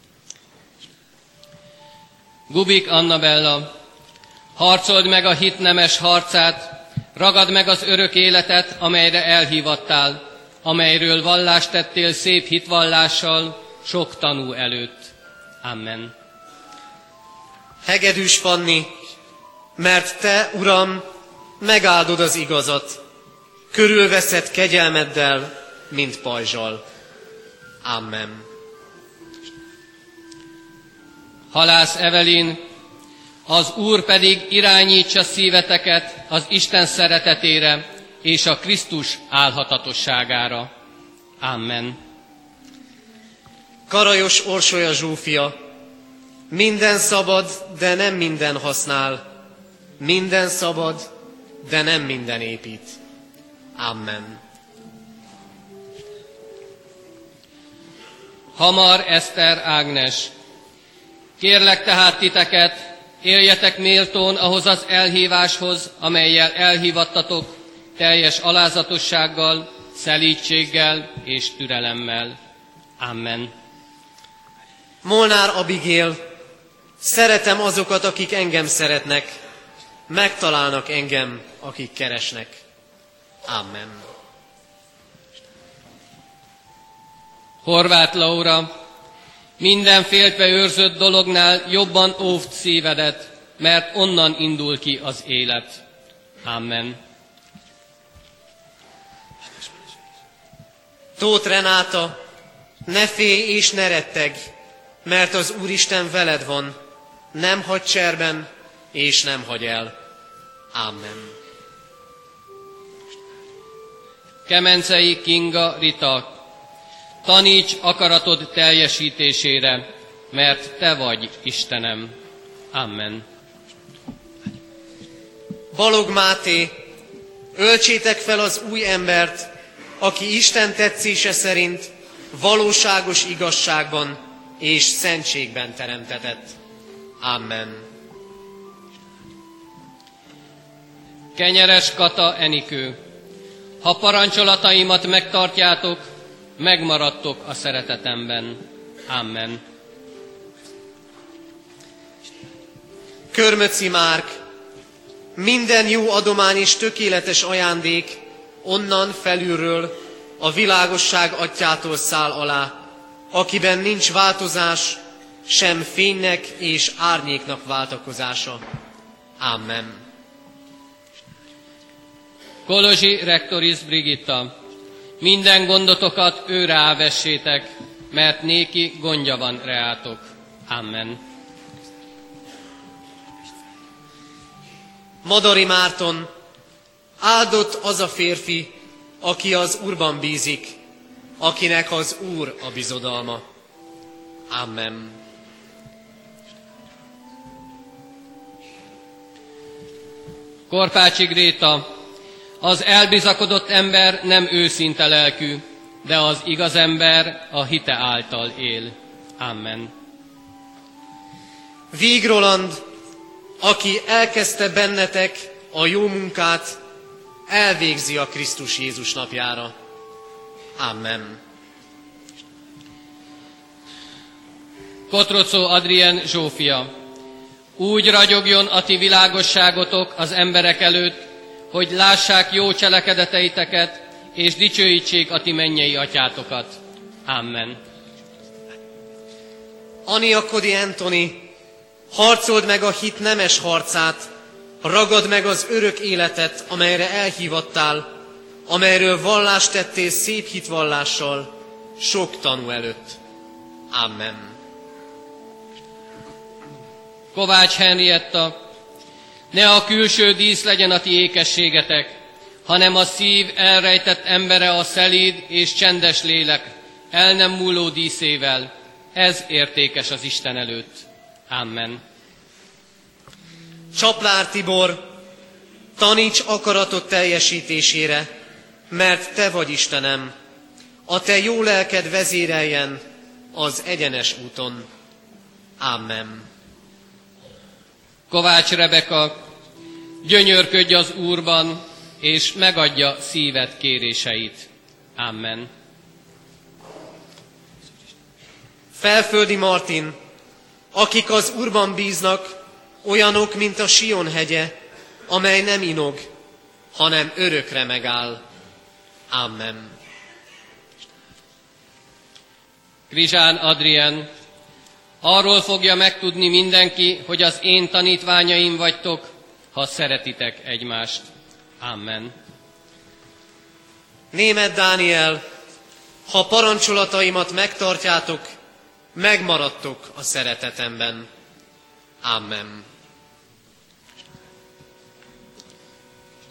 Gubik Annabella, harcold meg a hit nemes harcát, ragad meg az örök életet, amelyre elhívattál, amelyről vallást tettél szép hitvallással, sok tanú előtt. Amen. Hegedűs Fanni, mert te, Uram, megáldod az igazat, körülveszed kegyelmeddel, mint pajzsal. Amen. Halász Evelin, az Úr pedig irányítsa szíveteket az Isten szeretetére és a Krisztus álhatatosságára. Amen. Karajos Orsolya Zsófia, minden szabad, de nem minden használ, minden szabad, de nem minden épít. Amen. Hamar Eszter Ágnes. Kérlek tehát titeket, éljetek méltón ahhoz az elhíváshoz, amellyel elhívattatok, teljes alázatossággal, szelídséggel és türelemmel. Amen. Molnár Abigail, szeretem azokat, akik engem szeretnek, megtalálnak engem, akik keresnek. Amen. Horváth Laura, minden féltve őrzött dolognál jobban óvd szívedet, mert onnan indul ki az élet. Amen. Tóth Renáta, ne félj és ne retteg, mert az Úristen veled van, nem hagy cserben és nem hagy el. Amen. Kemencei Kinga Rita, taníts akaratod teljesítésére, mert te vagy Istenem. Amen. Balog Máté, öltsétek fel az új embert, aki Isten tetszése szerint valóságos igazságban és szentségben teremtetett. Amen. Kenyeres Kata Enikő, ha parancsolataimat megtartjátok, megmaradtok a szeretetemben. Amen. Körmöci Márk, minden jó adomány és tökéletes ajándék onnan felülről, a világosság atyától száll alá, akiben nincs változás, sem fénynek és árnyéknak váltakozása. Amen. Kolozsi Rektoris Brigitta, minden gondotokat őre ávessétek, mert néki gondja van reátok. Amen. Madari Márton, áldott az a férfi, aki az Úrban bízik, akinek az Úr a bizodalma. Amen. Korpácsi Gréta, az elbizakodott ember nem őszinte lelkű, de az igaz ember a hite által él. Amen. Víg Roland, aki elkezdte bennetek a jó munkát, elvégzi a Krisztus Jézus napjára. Amen. Kotrocó Adrien Zsófia, úgy ragyogjon a ti világosságotok az emberek előtt, hogy lássák jó cselekedeteiteket, és dicsőítsék a ti mennyei atyátokat. Amen. Ania Kodi Antoni, harcold meg a hit nemes harcát, ragad meg az örök életet, amelyre elhívattál, amelyről vallást tettél szép hitvallással, sok tanú előtt. Amen. Kovács Henrietta, ne a külső dísz legyen a ti ékességetek, hanem a szív elrejtett embere a szelíd és csendes lélek, el nem múló díszével. Ez értékes az Isten előtt. Amen. Csaplár Tibor, taníts akaratot teljesítésére, mert te vagy Istenem, a te jó lelked vezéreljen az egyenes úton. Amen. Kovács Rebeka, gyönyörködj az Úrban, és megadja szíved kéréseit. Amen. Felföldi Martin, akik az Úrban bíznak, olyanok, mint a Sion hegye, amely nem inog, hanem örökre megáll. Amen. Krizsán Adrien, arról fogja megtudni mindenki, hogy az én tanítványaim vagytok, ha szeretitek egymást. Amen. Németh Dániel, ha parancsolataimat megtartjátok, megmaradtok a szeretetemben. Amen.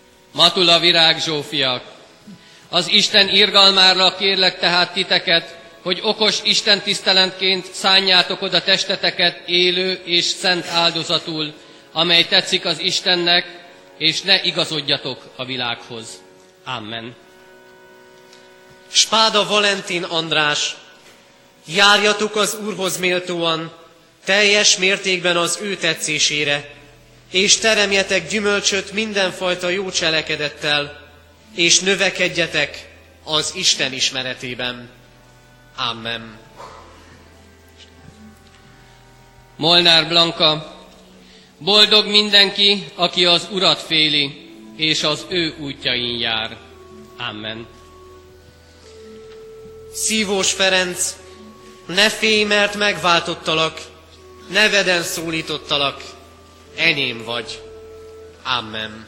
Matula Virág Zsófia, az Isten irgalmára kérlek tehát titeket, hogy okos istentiszteletként szánjátok oda testeteket élő és szent áldozatul, amely tetszik az Istennek, és ne igazodjatok a világhoz. Amen. Spáda Valentin András, járjatok az Úrhoz méltóan, teljes mértékben az ő tetszésére, és teremjetek gyümölcsöt mindenfajta jó cselekedettel, és növekedjetek az Isten ismeretében. Amen. Molnár Blanka, boldog mindenki, aki az Urat féli, és az ő útjain jár. Amen. Szívós Ferenc, ne félj, mert megváltottalak, neveden szólítottalak, enyém vagy. Amen.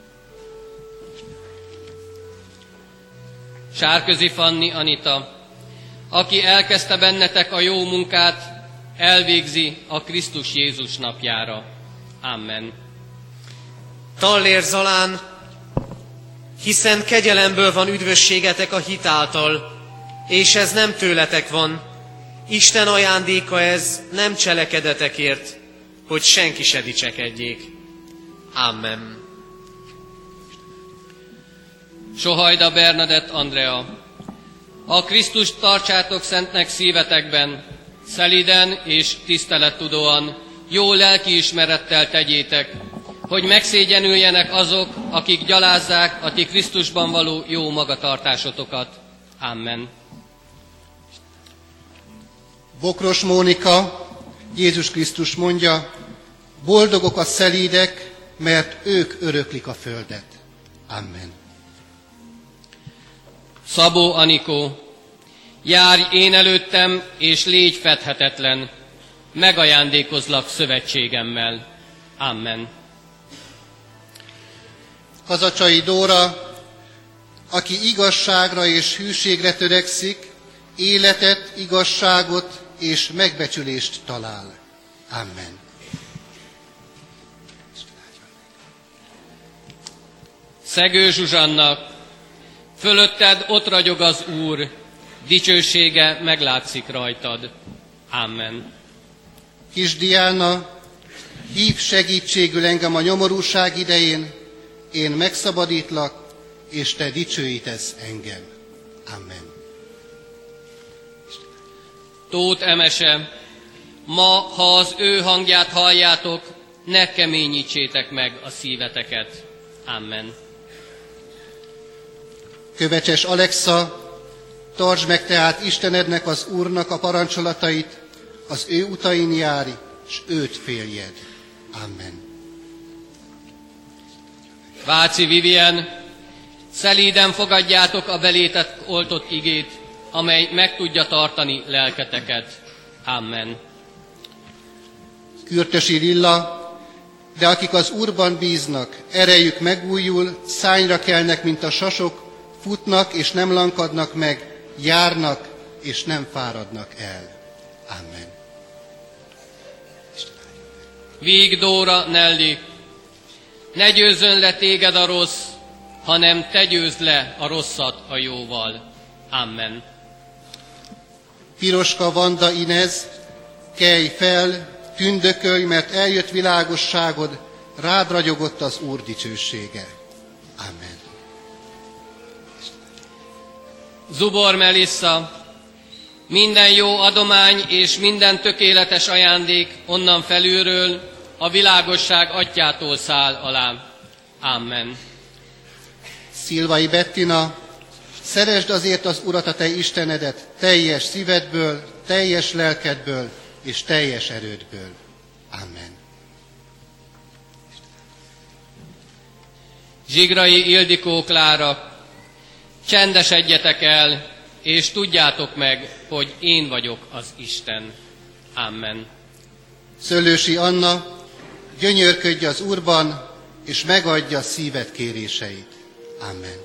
Sárközi Fanni Anita, aki elkezdte bennetek a jó munkát, elvégzi a Krisztus Jézus napjára. Amen. Tallér Zalán, hiszen kegyelemből van üdvösségetek a hit által, és ez nem tőletek van, Isten ajándéka ez, nem cselekedetekért, hogy senki se dicsekedjék. Amen. Sohajda Bernadett Andrea, a Krisztust tartsátok szentnek szívetekben, szeliden és tisztelettudóan, jó lelkiismerettel tegyétek, hogy megszégyenüljenek azok, akik gyalázzák a ti Krisztusban való jó magatartásotokat. Amen. Bokros Mónika, Jézus Krisztus mondja, boldogok a szelídek, mert ők öröklik a földet. Amen. Szabó Anikó, járj én előttem, és légy fedhetetlen, megajándékozlak szövetségemmel. Amen. Kazacsai Dóra, aki igazságra és hűségre törekszik, életet, igazságot és megbecsülést talál. Amen. Szegő Zsuzsanna, fölötted ott ragyog az Úr, dicsősége meglátszik rajtad. Amen. Kis Diana, hív segítségül engem a nyomorúság idején, én megszabadítlak, és te dicsőítesz engem. Amen. Tóth Emese, ma, ha az ő hangját halljátok, ne keményítsétek meg a szíveteket. Amen. Kövecses Alexa, tartsd meg tehát Istenednek, az Úrnak a parancsolatait, az ő utain járj, s őt féljed. Amen. Váci Vivien, szelíden fogadjátok a belétek oltott igét, amely meg tudja tartani lelketeket. Amen. Kürtösi Lilla, de akik az Úrban bíznak, erejük megújul, szányra kelnek, mint a sasok, futnak és nem lankadnak meg, járnak és nem fáradnak el. Amen. Víg Dóra Nelli, ne győzzön le téged a rossz, hanem te győzd le a rosszat a jóval. Amen. Piroska Vanda Inez, kelj fel, tündökölj, mert eljött világosságod, rád ragyogott az Úr dicsősége. Amen. Zubor Melissa, minden jó adomány és minden tökéletes ajándék onnan felülről, a világosság atyától száll alá. Amen. Szilvai Bettina, szeresd azért az Urat, a te Istenedet, teljes szívedből, teljes lelkedből és teljes erődből. Amen. Zsigrai Ildikó Klára, csendesedjetek el, és tudjátok meg, hogy én vagyok az Isten. Amen. Szöllősi Anna, gyönyörködj az Úrban, és megadja szíved kéréseit. Amen.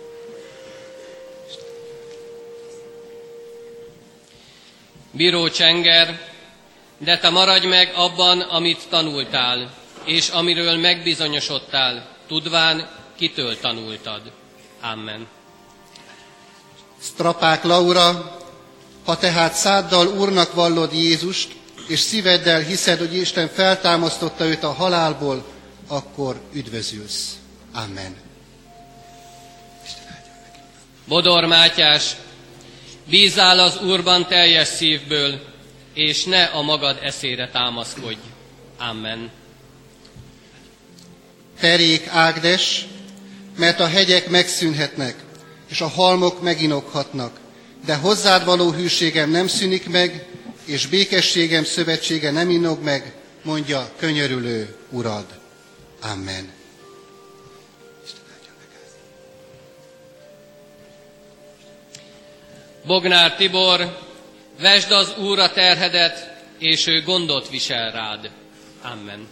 Bíró Csenger, de te maradj meg abban, amit tanultál, és amiről megbizonyosodtál, tudván, kitől tanultad. Amen. Strapák Laura, Ha tehát száddal Úrnak vallod Jézust, és szíveddel hiszed, hogy Isten feltámasztotta őt a halálból, akkor üdvözülsz. Amen. Bodor Mátyás, bízzál az Úrban teljes szívből, és ne a magad eszére támaszkodj. Amen. Perék Ágnes, mert a hegyek megszűnhetnek, és a halmok meginokhatnak, de hozzád való hűségem nem szűnik meg, és békességem szövetsége nem inog meg, mondja könyörülő Urad. Amen. Bognár Tibor, vesd az Úr a terhedet, és ő gondot visel rád. Amen.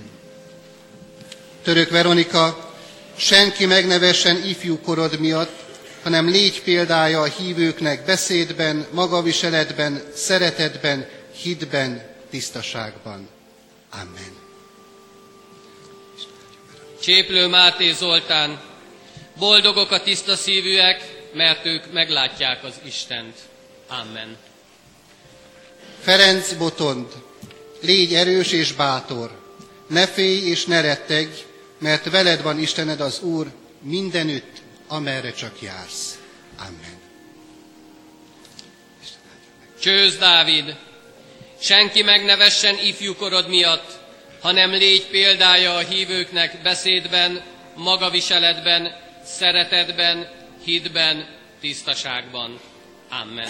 Török Veronika, senki meg ne vessen ifjú korod miatt, hanem légy példája a hívőknek beszédben, magaviseletben, szeretetben, hitben, tisztaságban. Amen. Cséplő Máté Zoltán, boldogok a tiszta szívűek, mert ők meglátják az Istent. Amen. Ferenc Botond, légy erős és bátor, ne félj és ne rettegj, mert veled van Istened az Úr mindenütt, amerre csak jársz. Amen. Csőz Dávid, senki meg ne vessen ifjúkorod miatt, hanem légy példája a hívőknek beszédben, magaviseletben, szeretetben, hitben, tisztaságban. Amen.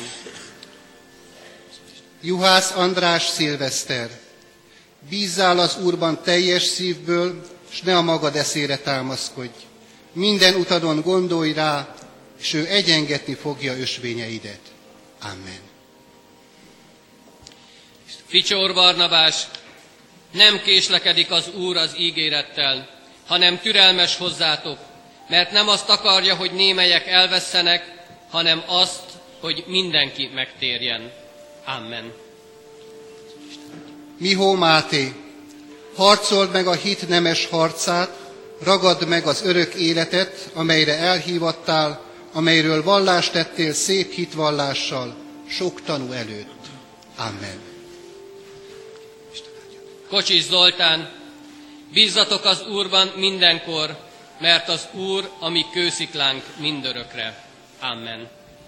Juhász András Szilveszter, bízzál az Úrban teljes szívből, s ne a magad eszére támaszkodj. Minden utadon gondolj rá, és ő egyengetni fogja ösvényeidet. Amen. Ficsór Barnabás, nem késlekedik az Úr az ígérettel, hanem türelmes hozzátok, mert nem azt akarja, hogy némelyek elvesszenek, hanem azt, hogy mindenki megtérjen. Amen. Mihó Máté, harcold meg a hit nemes harcát, ragadd meg az örök életet, amelyre elhívattál, amelyről vallást tettél szép hitvallással, sok tanú előtt. Amen. Kocsis Zoltán, bízzatok az Úrban mindenkor, mert az Úr a mi kősziklánk mindörökre. Amen.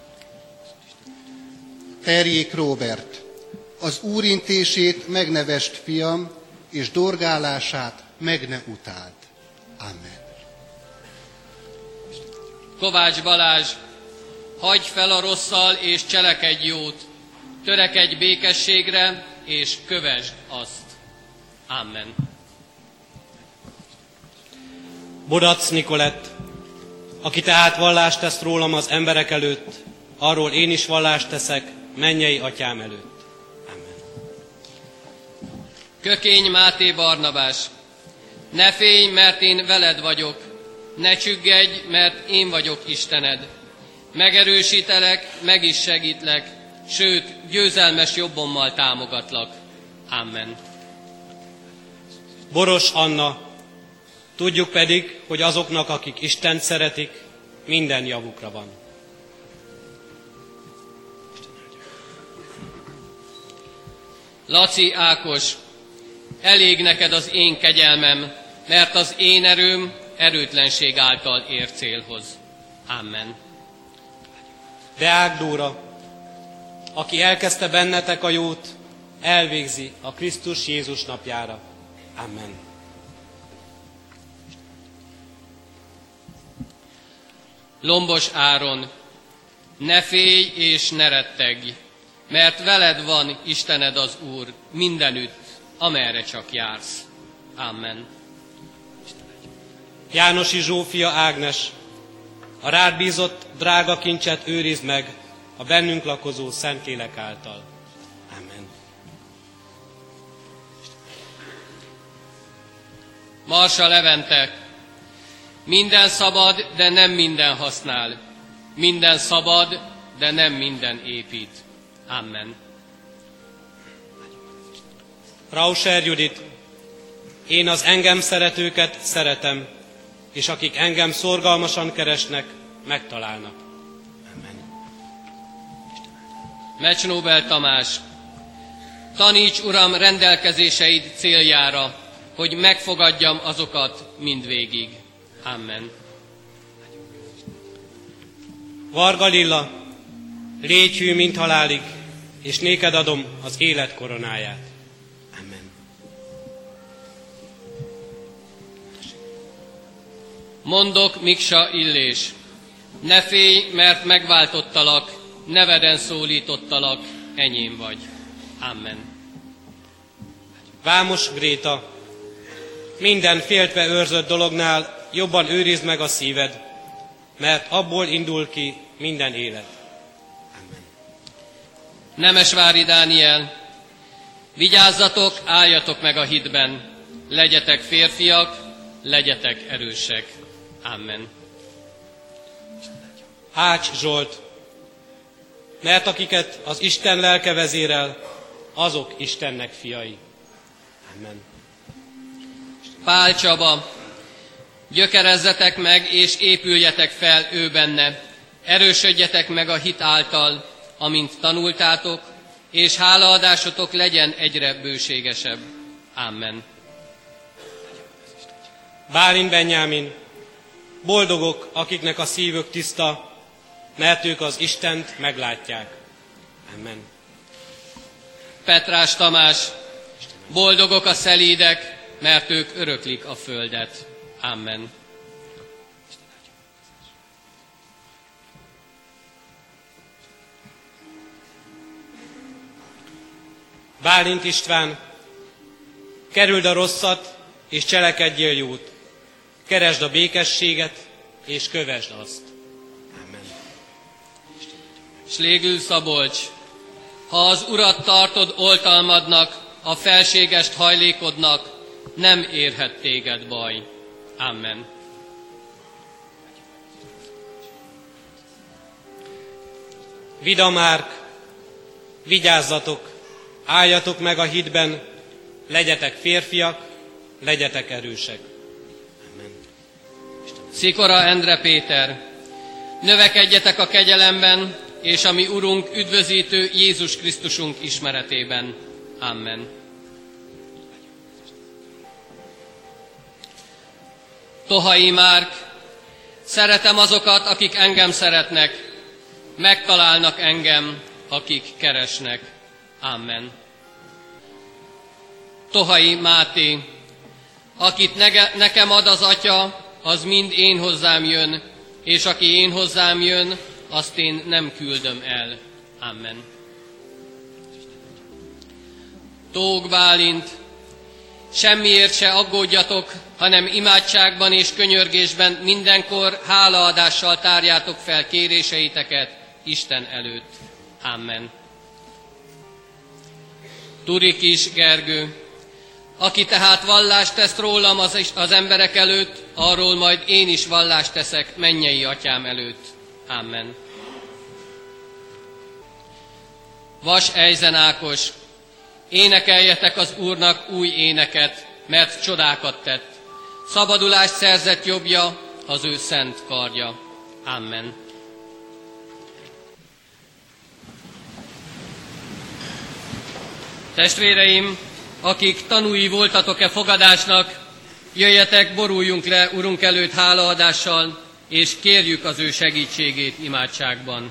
Terjék Róbert, az Úr intését megnevest fiam, és dorgálását meg ne utáld. Amen. Kovács Balázs, hagyj fel a rosszal és cselekedj jót, törekedj békességre és kövesd azt. Amen. Bodac Nikolett, aki tehát vallást tesz rólam az emberek előtt, arról én is vallást teszek mennyei atyám előtt. Amen. Kökény Máté Barnabás, ne félj, mert én veled vagyok, ne csüggedj, mert én vagyok Istened. Megerősítelek, meg is segítlek, sőt, győzelmes jobbommal támogatlak. Amen. Boros Anna, tudjuk pedig, hogy azoknak, akik Istent szeretik, minden javukra van. Laci Ákos, elég neked az én kegyelmem, mert az én erőm erőtlenség által ér célhoz. Amen. Deák Dóra, aki elkezdte bennetek a jót, elvégzi a Krisztus Jézus napjára. Amen. Lombos Áron, ne félj és ne rettegj, mert veled van Istened az Úr mindenütt, amerre csak jársz. Amen. Jánosi Zsófia Ágnes, a rád bízott drága kincset őrizd meg a bennünk lakozó Szentlélek által. Amen. Marsa Levente, minden szabad, de nem minden használ. Minden szabad, de nem minden épít. Amen. Rauser Judit, én az engem szeretőket szeretem, és akik engem szorgalmasan keresnek, megtalálnak. Amen. Mecsnóbel Tamás, taníts, Uram, rendelkezéseid céljára, hogy megfogadjam azokat mindvégig. Amen. Varga Lilla, légy hű, mint halálig, és néked adom az élet koronáját. Amen. Mondok, Miksa Illés, ne félj, mert megváltottalak, neveden szólítottalak, enyém vagy. Amen. Vámos Gréta, minden féltve őrzött dolognál jobban őrizd meg a szíved, mert abból indul ki minden élet. Amen. Nemesvári Dániel, vigyázzatok, álljatok meg a hitben, legyetek férfiak, legyetek erősek. Amen. Ács Zsolt, mert akiket az Isten lelke vezérel, azok Istennek fiai. Amen. Pál Csaba, gyökerezzetek meg és épüljetek fel ő benne, erősödjetek meg a hit által, amint tanultátok, és hálaadásotok legyen egyre bőségesebb. Amen. Bálint Benyámin, boldogok, akiknek a szívük tiszta, mert ők az Istent meglátják. Amen. Petrás Tamás, boldogok a szelídek, mert ők öröklik a földet. Amen. Bálint István, kerüld a rosszat, és cselekedjél jót. Keresd a békességet, és kövesd azt. Amen. Slégül Szabolcs, ha az Urat tartod oltalmadnak, a felségest hajlékodnak, nem érhet téged baj. Amen. Vida Márk, vigyázzatok, álljatok meg a hitben, legyetek férfiak, legyetek erősek. Amen. Szikora Endre Péter, növekedjetek a kegyelemben, és a mi Urunk, üdvözítő Jézus Krisztusunk ismeretében. Amen. Tohai Márk, szeretem azokat, akik engem szeretnek, megtalálnak engem, akik keresnek. Amen. Tohai Máté, akit nekem ad az Atya, az mind én hozzám jön, és aki én hozzám jön, azt én nem küldöm el. Amen. Tóth Bálint, semmiért se aggódjatok, hanem imádságban és könyörgésben mindenkor hálaadással tárjátok fel kéréseiteket Isten előtt. Amen. Turikis Gergő, aki tehát vallást tesz rólam az emberek előtt, arról majd én is vallást teszek mennyei Atyám előtt. Amen. Vas Ejzen Ákos, énekeljetek az Úrnak új éneket, mert csodákat tett. Szabadulást szerzett jobbja, az ő szent kardja. Amen. Testvéreim, akik tanúi voltatok-e fogadásnak, jöjjetek, boruljunk le Urunk előtt hálaadással, és kérjük az ő segítségét imádságban.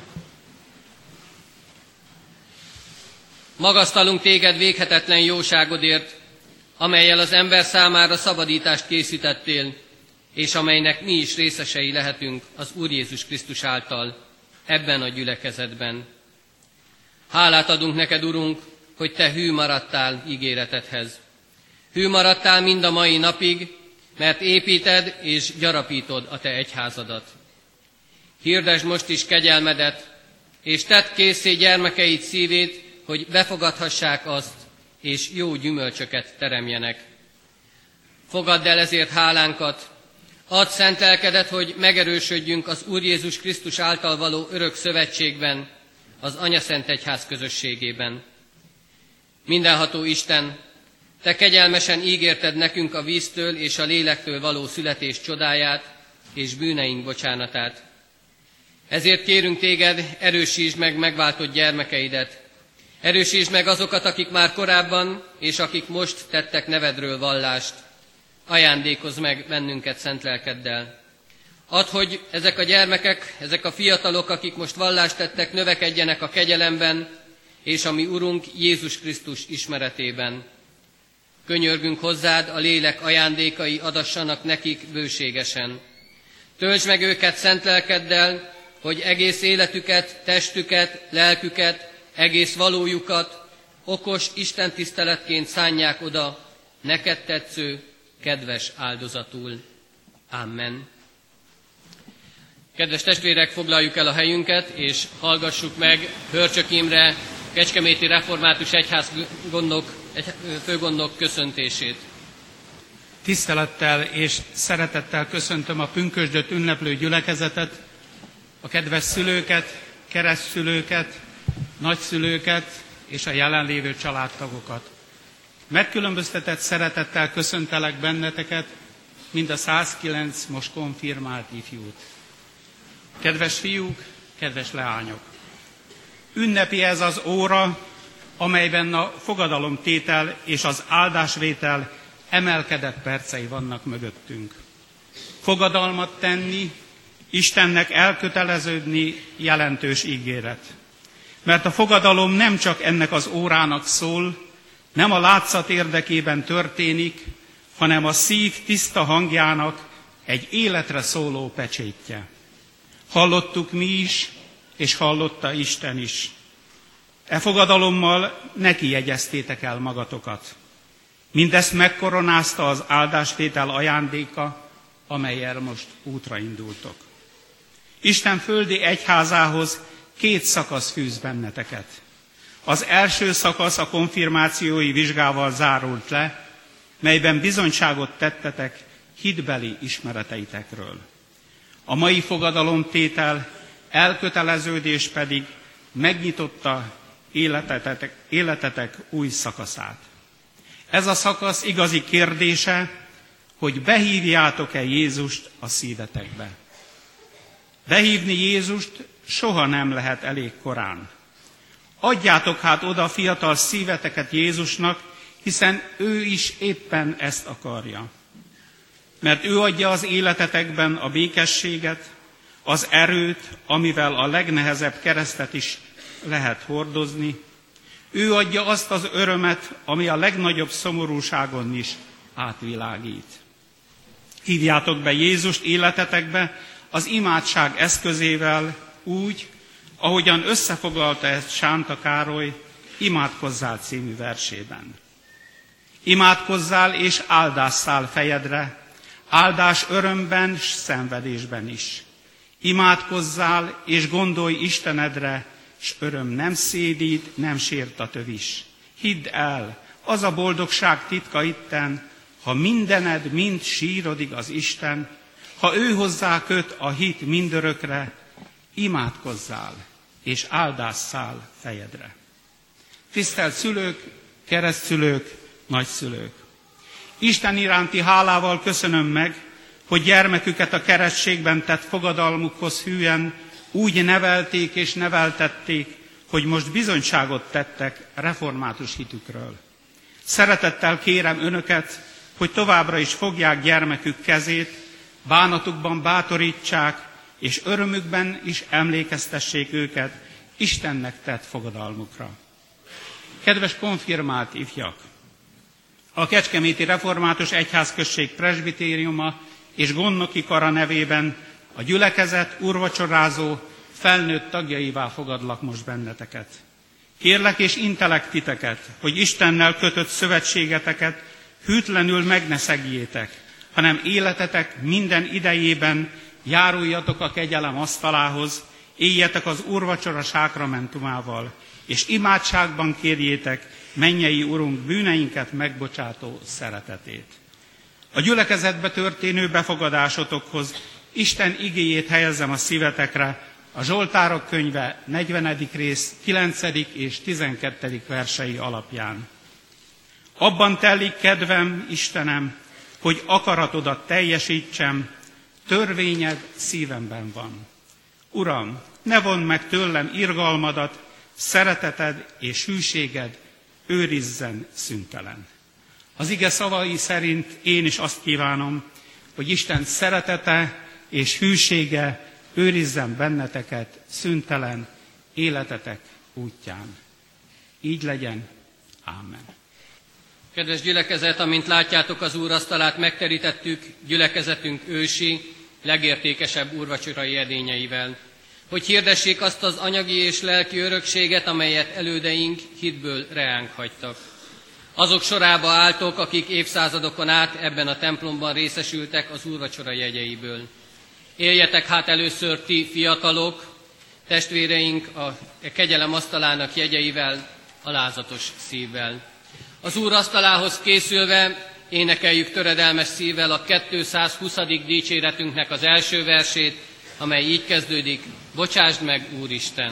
Magasztalunk téged véghetetlen jóságodért, amellyel az ember számára szabadítást készítettél, és amelynek mi is részesei lehetünk az Úr Jézus Krisztus által ebben a gyülekezetben. Hálát adunk neked, Urunk, hogy te hű maradtál ígéretedhez. Hű maradtál mind a mai napig, mert építed és gyarapítod a te egyházadat. Hirdesd most is kegyelmedet, és tedd készé gyermekeid szívét, hogy befogadhassák azt, és jó gyümölcsöket teremjenek. Fogadd el ezért hálánkat, add szent lelkedet, hogy megerősödjünk az Úr Jézus Krisztus által való örök szövetségben, az Anyaszent Egyház közösségében. Mindenható Isten, te kegyelmesen ígérted nekünk a víztől és a lélektől való születés csodáját és bűneink bocsánatát. Ezért kérünk téged, erősítsd meg megváltott gyermekeidet. Erősítsd meg azokat, akik már korábban és akik most tettek nevedről vallást. Ajándékozz meg bennünket szent lelkeddel. Add, hogy ezek a gyermekek, ezek a fiatalok, akik most vallást tettek, növekedjenek a kegyelemben és a mi Urunk Jézus Krisztus ismeretében. Könyörgünk hozzád, a lélek ajándékai adassanak nekik bőségesen. Töltsd meg őket szent lelkeddel, hogy egész életüket, testüket, lelküket, egész valójukat okos istentiszteletként szánják oda, neked tetsző, kedves áldozatul. Amen. Kedves testvérek, foglaljuk el a helyünket, és hallgassuk meg Hörcsök Imre, Kecskeméti Református Egyház főgondnok köszöntését. Tisztelettel és szeretettel köszöntöm a pünkösdöt ünneplő gyülekezetet, a kedves szülőket, keresztszülőket, nagyszülőket és a jelenlévő családtagokat. Megkülönböztetett szeretettel köszöntelek benneteket, mind a 109 most konfirmált ifjút. Kedves fiúk, kedves leányok! Ünnepi ez az óra, amelyben a fogadalomtétel és az áldásvétel emelkedett percei vannak mögöttünk. Fogadalmat tenni, Istennek elköteleződni jelentős ígéret. Mert a fogadalom nem csak ennek az órának szól, nem a látszat érdekében történik, hanem a szív tiszta hangjának egy életre szóló pecsétje. Hallottuk mi is, és hallotta Isten is. E fogadalommal neki jegyeztétek el magatokat. Mindezt megkoronázta az áldástétel ajándéka, amellyel most útra indultok. Isten földi egyházához 2 szakasz fűz benneteket. Az első szakasz a konfirmációi vizsgával zárult le, melyben bizonyságot tettetek hitbeli ismereteitekről. A mai fogadalomtétel elköteleződés pedig megnyitotta életetek új szakaszát. Ez a szakasz igazi kérdése, hogy behívjátok-e Jézust a szívetekbe. Behívni Jézust soha nem lehet elég korán. Adjátok hát oda a fiatal szíveteket Jézusnak, hiszen ő is éppen ezt akarja. Mert ő adja az életetekben a békességet, az erőt, amivel a legnehezebb keresztet is lehet hordozni. Ő adja azt az örömet, ami a legnagyobb szomorúságon is átvilágít. Hívjátok be Jézust életetekbe az imádság eszközével úgy, ahogyan összefoglalta ezt Sánta Károly Imádkozzál című versében. Imádkozzál és áldásszál fejedre, áldás örömben s szenvedésben is. Imádkozzál és gondolj Istenedre, s öröm nem szédít, nem sért a tövis. Hidd el, az a boldogság titka itten, ha mindened mind sírodig az Isten, ha ő hozzá köt a hit mindörökre, imádkozzál és áldásszál fejedre. Tisztelt szülők, keresztszülők, nagyszülők! Isten iránti hálával köszönöm meg, hogy gyermeküket a keresztségben tett fogadalmukhoz hűen úgy nevelték és neveltették, hogy most bizonyságot tettek református hitükről. Szeretettel kérem önöket, hogy továbbra is fogják gyermekük kezét, bánatukban bátorítsák, és örömükben is emlékeztessék őket Istennek tett fogadalmukra. Kedves konfirmált ifjak! A Kecskeméti Református Egyházközség presbitériuma és gondnoki kara nevében a gyülekezet úrvacsorázó felnőtt tagjaivá fogadlak most benneteket. Kérlek és intelek titeket, hogy Istennel kötött szövetségeteket hűtlenül meg ne szegjétek, hanem életetek minden idejében járuljatok a kegyelem asztalához, éljetek az úrvacsora sákramentumával, és imádságban kérjétek mennyei Urunk bűneinket megbocsátó szeretetét. A gyülekezetbe történő befogadásotokhoz Isten igéjét helyezzem a szívetekre, a Zsoltárok könyve 40. rész 9. és 12. versei alapján. Abban telik kedvem, Istenem, hogy akaratodat teljesítsem, törvényed szívemben van. Uram, ne vondd meg tőlem irgalmadat, szereteted és hűséged őrizzen szüntelen. Az ige szavai szerint én is azt kívánom, hogy Isten szeretete és hűsége őrizzen benneteket szüntelen életetek útján. Így legyen. Ámen. Kedves gyülekezet, amint látjátok, az úrasztalát megterítettük gyülekezetünk ősi, legértékesebb úrvacsorai edényeivel, hogy hirdessék azt az anyagi és lelki örökséget, amelyet elődeink hitből reánk hagytak. Azok sorába álltok, akik évszázadokon át ebben a templomban részesültek az úrvacsora jegyeiből. Éljetek hát először ti fiatalok, testvéreink a kegyelem asztalának jegyeivel, alázatos szívvel. Az Úr asztalához készülve énekeljük töredelmes szívvel a 220. dicséretünknek az első versét, amely így kezdődik: Bocsásd meg, Úristen!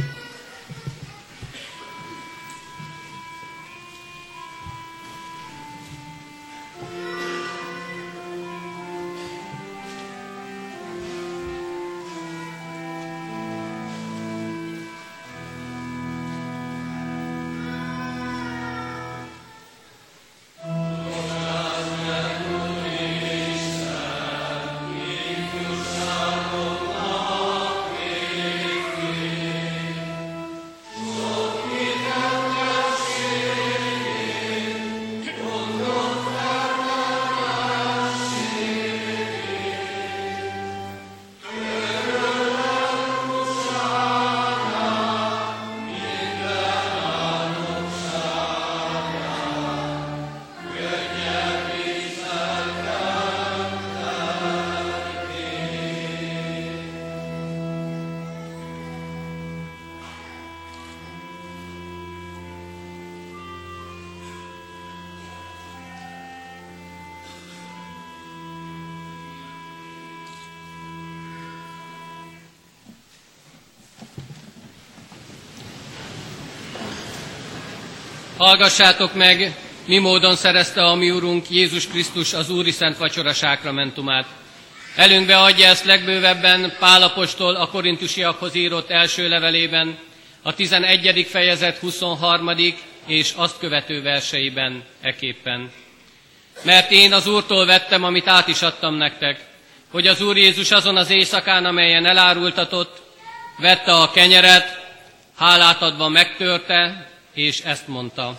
Hallgassátok meg, mi módon szerezte a mi Urunk Jézus Krisztus az Úri Szent Vacsora sákramentumát. Előnkbe adja ezt legbővebben Pál apostol a korintusiakhoz írott első levelében, a 11. fejezet 23. és azt követő verseiben eképpen. Mert én az Úrtól vettem, amit át is adtam nektek, hogy az Úr Jézus azon az éjszakán, amelyen elárultatott, vette a kenyeret, hálát adva megtörte, és ezt mondta: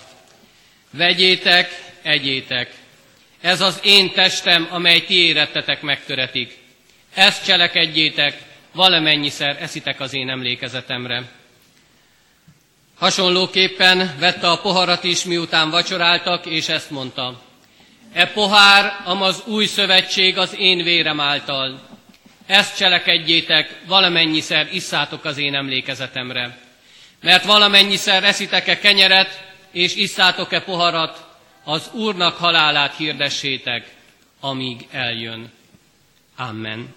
vegyétek, egyétek, ez az én testem, amely ti érettetek megtöretik. Ezt cselekedjétek, valamennyiszer eszitek az én emlékezetemre. Hasonlóképpen vette a poharat is, miután vacsoráltak, és ezt mondta: e pohár, amaz új szövetség az én vérem által. Ezt cselekedjétek, valamennyiszer isszátok az én emlékezetemre. Mert valamennyiszer eszitek-e kenyeret, és isszátok-e poharat, az Úrnak halálát hirdessétek, amíg eljön. Amen.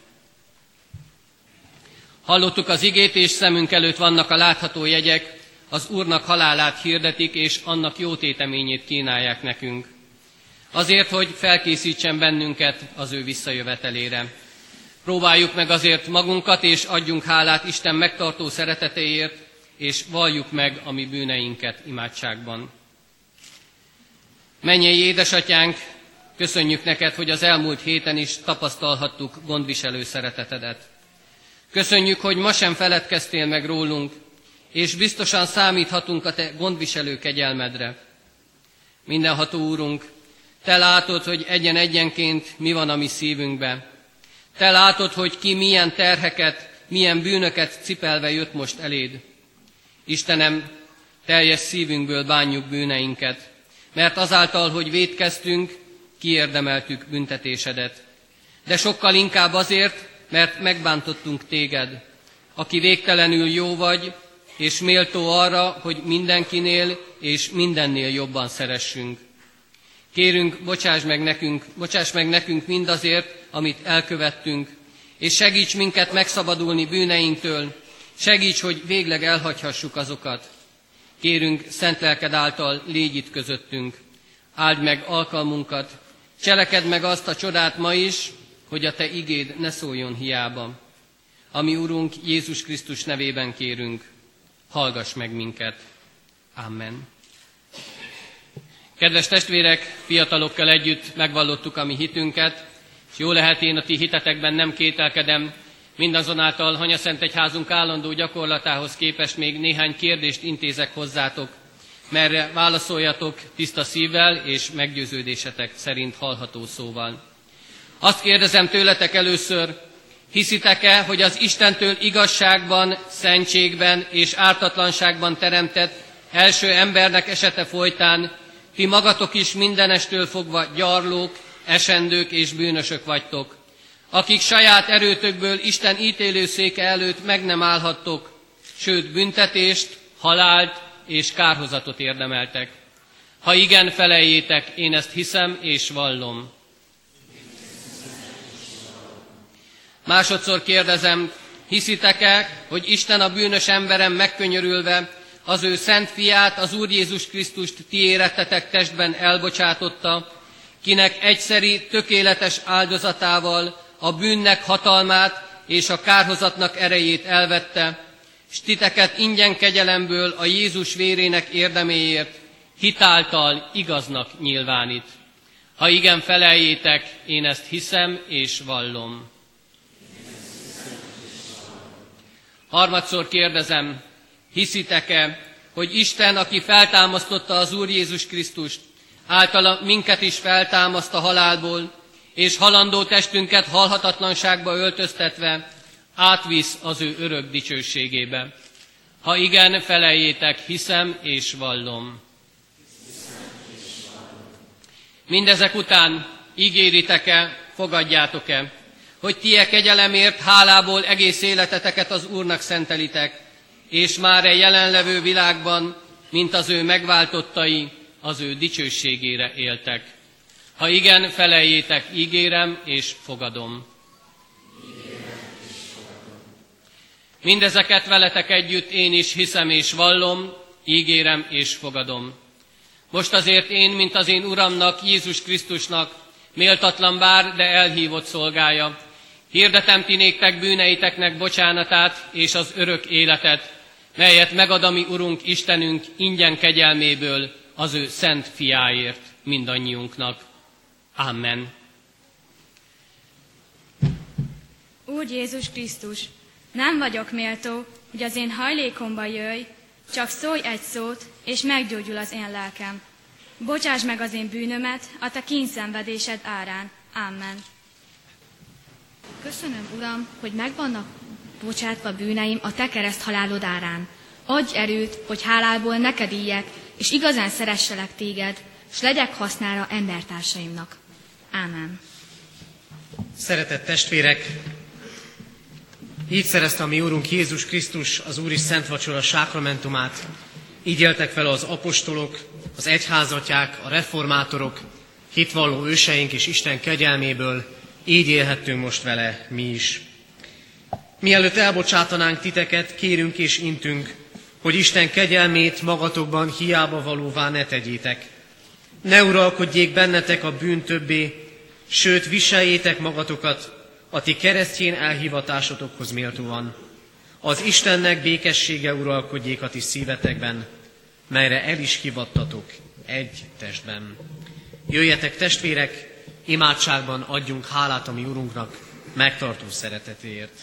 Hallottuk az igét, és szemünk előtt vannak a látható jegyek, az Úrnak halálát hirdetik, és annak jó téteményét kínálják nekünk. Azért, hogy felkészítsen bennünket az ő visszajövetelére. Próbáljuk meg azért magunkat, és adjunk hálát Isten megtartó szeretetéért, és valljuk meg a mi bűneinket imádságban. Mennyei édesatyánk, köszönjük neked, hogy az elmúlt héten is tapasztalhattuk gondviselő szeretetedet. Köszönjük, hogy ma sem feledkeztél meg rólunk, és biztosan számíthatunk a te gondviselő kegyelmedre. Mindenható Úrunk, te látod, hogy egyen-egyenként mi van a mi szívünkbe. Te látod, hogy ki milyen terheket, milyen bűnöket cipelve jött most eléd. Istenem, teljes szívünkből bánjuk bűneinket, mert azáltal, hogy vétkeztünk, kiérdemeltük büntetésedet. De sokkal inkább azért, mert megbántottunk téged, aki végtelenül jó vagy, és méltó arra, hogy mindenkinél és mindennél jobban szeressünk. Kérünk, bocsáss meg nekünk mindazért, amit elkövettünk, és segíts minket megszabadulni bűneinktől, segíts, hogy végleg elhagyhassuk azokat. Kérünk, szent lelked által légy itt közöttünk. Áld meg alkalmunkat, cselekedd meg azt a csodát ma is, hogy a te igéd ne szóljon hiába. ami Urunk Jézus Krisztus nevében kérünk, hallgass meg minket. Amen. Kedves testvérek, fiatalokkal együtt megvallottuk a mi hitünket, és jó lehet, én a ti hitetekben nem kételkedem, mindazonáltal Hanyaszentegyházunk állandó gyakorlatához képest még néhány kérdést intézek hozzátok, merre válaszoljatok tiszta szívvel és meggyőződésetek szerint hallható szóval. Azt kérdezem tőletek először, hiszitek-e, hogy az Istentől igazságban, szentségben és ártatlanságban teremtett első embernek esete folytán ti magatok is mindenestől fogva gyarlók, esendők és bűnösök vagytok, akik saját erőtökből Isten ítélőszéke előtt meg nem állhattok, sőt büntetést, halált és kárhozatot érdemeltek. Ha igen, feleljétek, én ezt hiszem és vallom. Másodszor kérdezem, hiszitek-e, hogy Isten a bűnös emberen megkönyörülve az ő szent fiát, az Úr Jézus Krisztust ti érettetek testben elbocsátotta, kinek egyszeri, tökéletes áldozatával a bűnnek hatalmát és a kárhozatnak erejét elvette, s titeket ingyen kegyelemből a Jézus vérének érdeméért hitáltal igaznak nyilvánít. Ha igen, feleljétek, én ezt hiszem és vallom. Harmadszor kérdezem, hiszitek-e, hogy Isten, aki feltámasztotta az Úr Jézus Krisztust, általa minket is feltámaszt a halálból, és halandó testünket halhatatlanságba öltöztetve átvisz az ő örök dicsőségébe? Ha igen, feleljétek, hiszem és vallom. Mindezek után ígéritek-e, fogadjátok-e, hogy ti kegyelemért hálából egész életeteket az Úrnak szentelitek, és már a jelenlevő világban, mint az ő megváltottai, az ő dicsőségére éltek. Ha igen, feleljétek, ígérem és fogadom. Mindezeket veletek együtt én is hiszem és vallom, ígérem és fogadom. Most azért én, mint az én Uramnak, Jézus Krisztusnak, méltatlan bár, de elhívott szolgája, hirdetem ti néktek bűneiteknek bocsánatát és az örök életet, melyet megad a mi Urunk Istenünk ingyen kegyelméből az ő szent fiáért mindannyiunknak. Amen. Úr Jézus Krisztus, nem vagyok méltó, hogy az én hajlékomba jöjj, csak szólj egy szót, és meggyógyul az én lelkem. Bocsáss meg az én bűnömet a te kínszenvedésed árán. Amen. Köszönöm, Uram, hogy meg vannak bocsátva bűneim a te kereszt halálod árán. Adj erőt, hogy hálából neked éljek, és igazán szeresselek téged, s legyek hasznára embertársaimnak. Ámen. Szeretett testvérek, így szerezte a mi Úrunk Jézus Krisztus az Úri Szent Vacsora sákramentumát. Így éltek fel az apostolok, az egyházatják, a reformátorok, hitvalló őseink és Isten kegyelméből, így élhettünk most vele mi is. Mielőtt elbocsátanánk titeket, kérünk és intünk, hogy Isten kegyelmét magatokban hiába valóvá ne tegyétek. Ne uralkodjék bennetek a bűn többé, sőt viseljétek magatokat a ti keresztjén elhivatásotokhoz méltóan. Az Istennek békessége uralkodjék a ti szívetekben, melyre el is hivattatok egy testben. Jöjjetek testvérek, imádságban adjunk hálát a mi Urunknak megtartó szeretetéért.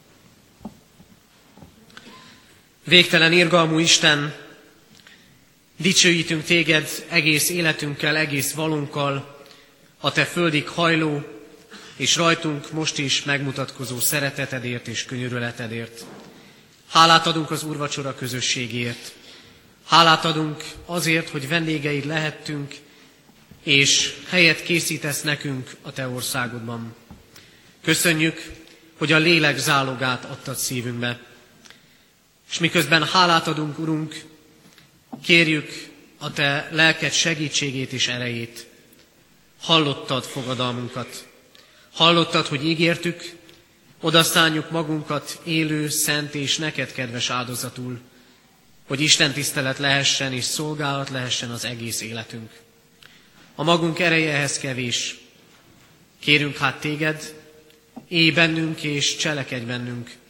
Végtelen irgalmú Isten, dicsőítünk téged egész életünkkel, egész valunkkal, a te földig hajló és rajtunk most is megmutatkozó szeretetedért és könyörületedért. Hálát adunk az úrvacsora közösségért. Hálát adunk azért, hogy vendégeid lehettünk, és helyet készítesz nekünk a te országodban. Köszönjük, hogy a lélek zálogát adtad szívünkbe. És miközben hálát adunk, Urunk, kérjük a te lelked segítségét és erejét. Hallottad fogadalmunkat. Hallottad, hogy ígértük, odaszánjuk magunkat élő, szent és neked kedves áldozatul, hogy Isten tisztelet lehessen és szolgálat lehessen az egész életünk. A magunk ereje ehhez kevés. Kérünk hát téged, élj bennünk és cselekedj bennünk,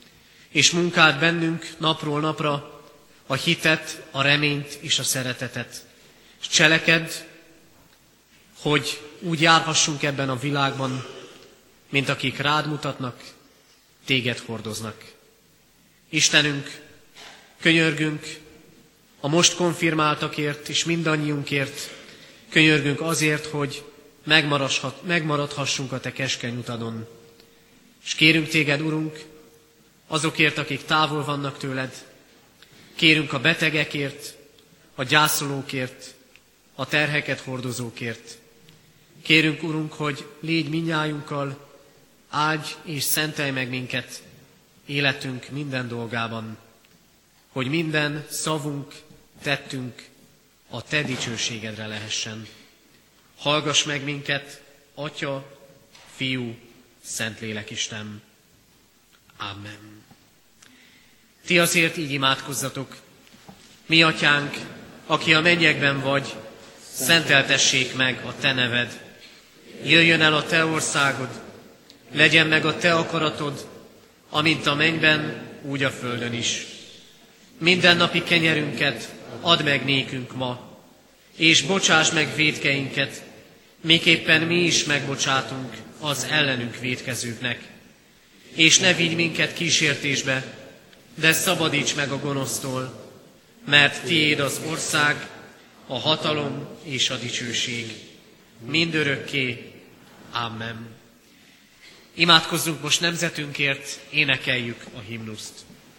és munkáld bennünk napról napra a hitet, a reményt és a szeretetet. És cselekedd, hogy úgy járhassunk ebben a világban, mint akik rád mutatnak, téged hordoznak. Istenünk, könyörgünk a most konfirmáltakért és mindannyiunkért, könyörgünk azért, hogy megmaradhassunk a te keskeny utadon. És kérünk téged, Urunk, azokért, akik távol vannak tőled, kérünk a betegekért, a gyászolókért, a terheket hordozókért. Kérünk, Urunk, hogy légy mindnyájunkkal, áldj és szentelj meg minket életünk minden dolgában, hogy minden szavunk, tettünk a te dicsőségedre lehessen. Hallgass meg minket, Atya, Fiú, Szentlélek Isten. Amen. Ti azért így imádkozzatok. Mi, Atyánk, aki a mennyekben vagy, szenteltessék meg a te neved. Jöjjön el a te országod, legyen meg a te akaratod, amint a mennyben, úgy a földön is. Mindennapi kenyerünket add meg nékünk ma, és bocsáss meg vétkeinket, miképpen mi is megbocsátunk az ellenünk vétkezőknek. És ne vigy minket kísértésbe, de szabadíts meg a gonosztól, mert tiéd az ország, a hatalom és a dicsőség. Mindörökké. Amen. Imádkozzunk most nemzetünkért, énekeljük a himnuszt.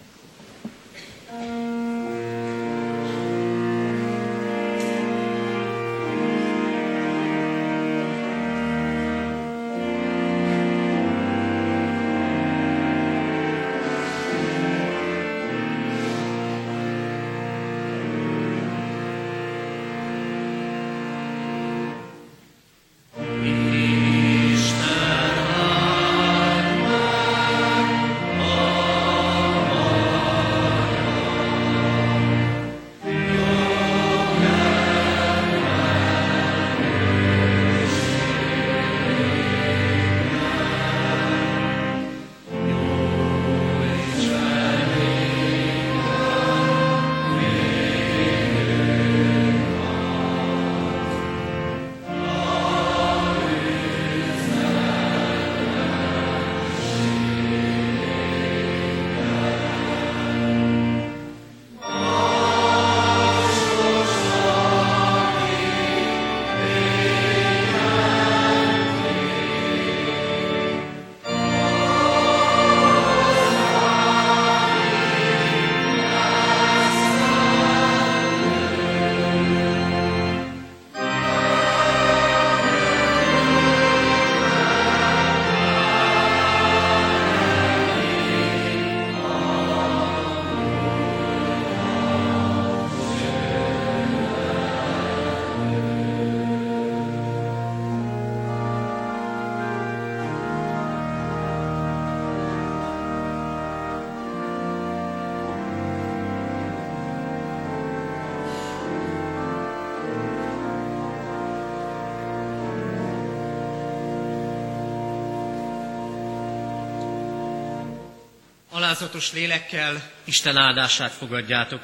Alázatos lélekkel Isten áldását fogadjátok.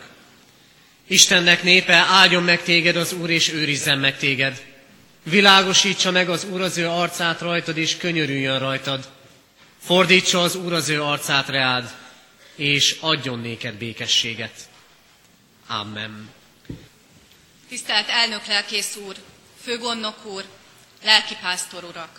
Istennek népe, áldjon meg téged az Úr, és őrizzen meg téged. Világosítsa meg az Úr az ő arcát rajtad, és könyörüljön rajtad. Fordítsa az Úr az ő arcát reád, és adjon néked békességet. Amen. Tisztelt elnök lelkész úr, főgondnok úr, lelkipásztor urak!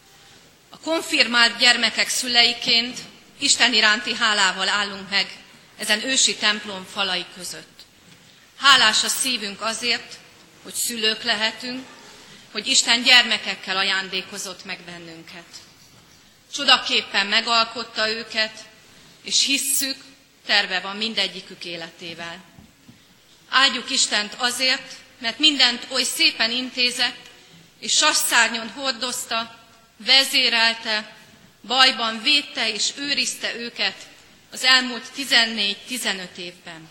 A konfirmált gyermekek szüleiként Isten iránti hálával állunk meg ezen ősi templom falai között. Hálás a szívünk azért, hogy szülők lehetünk, hogy Isten gyermekekkel ajándékozott meg bennünket. Csodaképpen megalkotta őket, és hisszük, terve van mindegyikük életével. Áldjuk Istent azért, mert mindent oly szépen intézett, és sasszárnyon hordozta, vezérelte, bajban védte és őrizte őket az elmúlt 14-15 évben.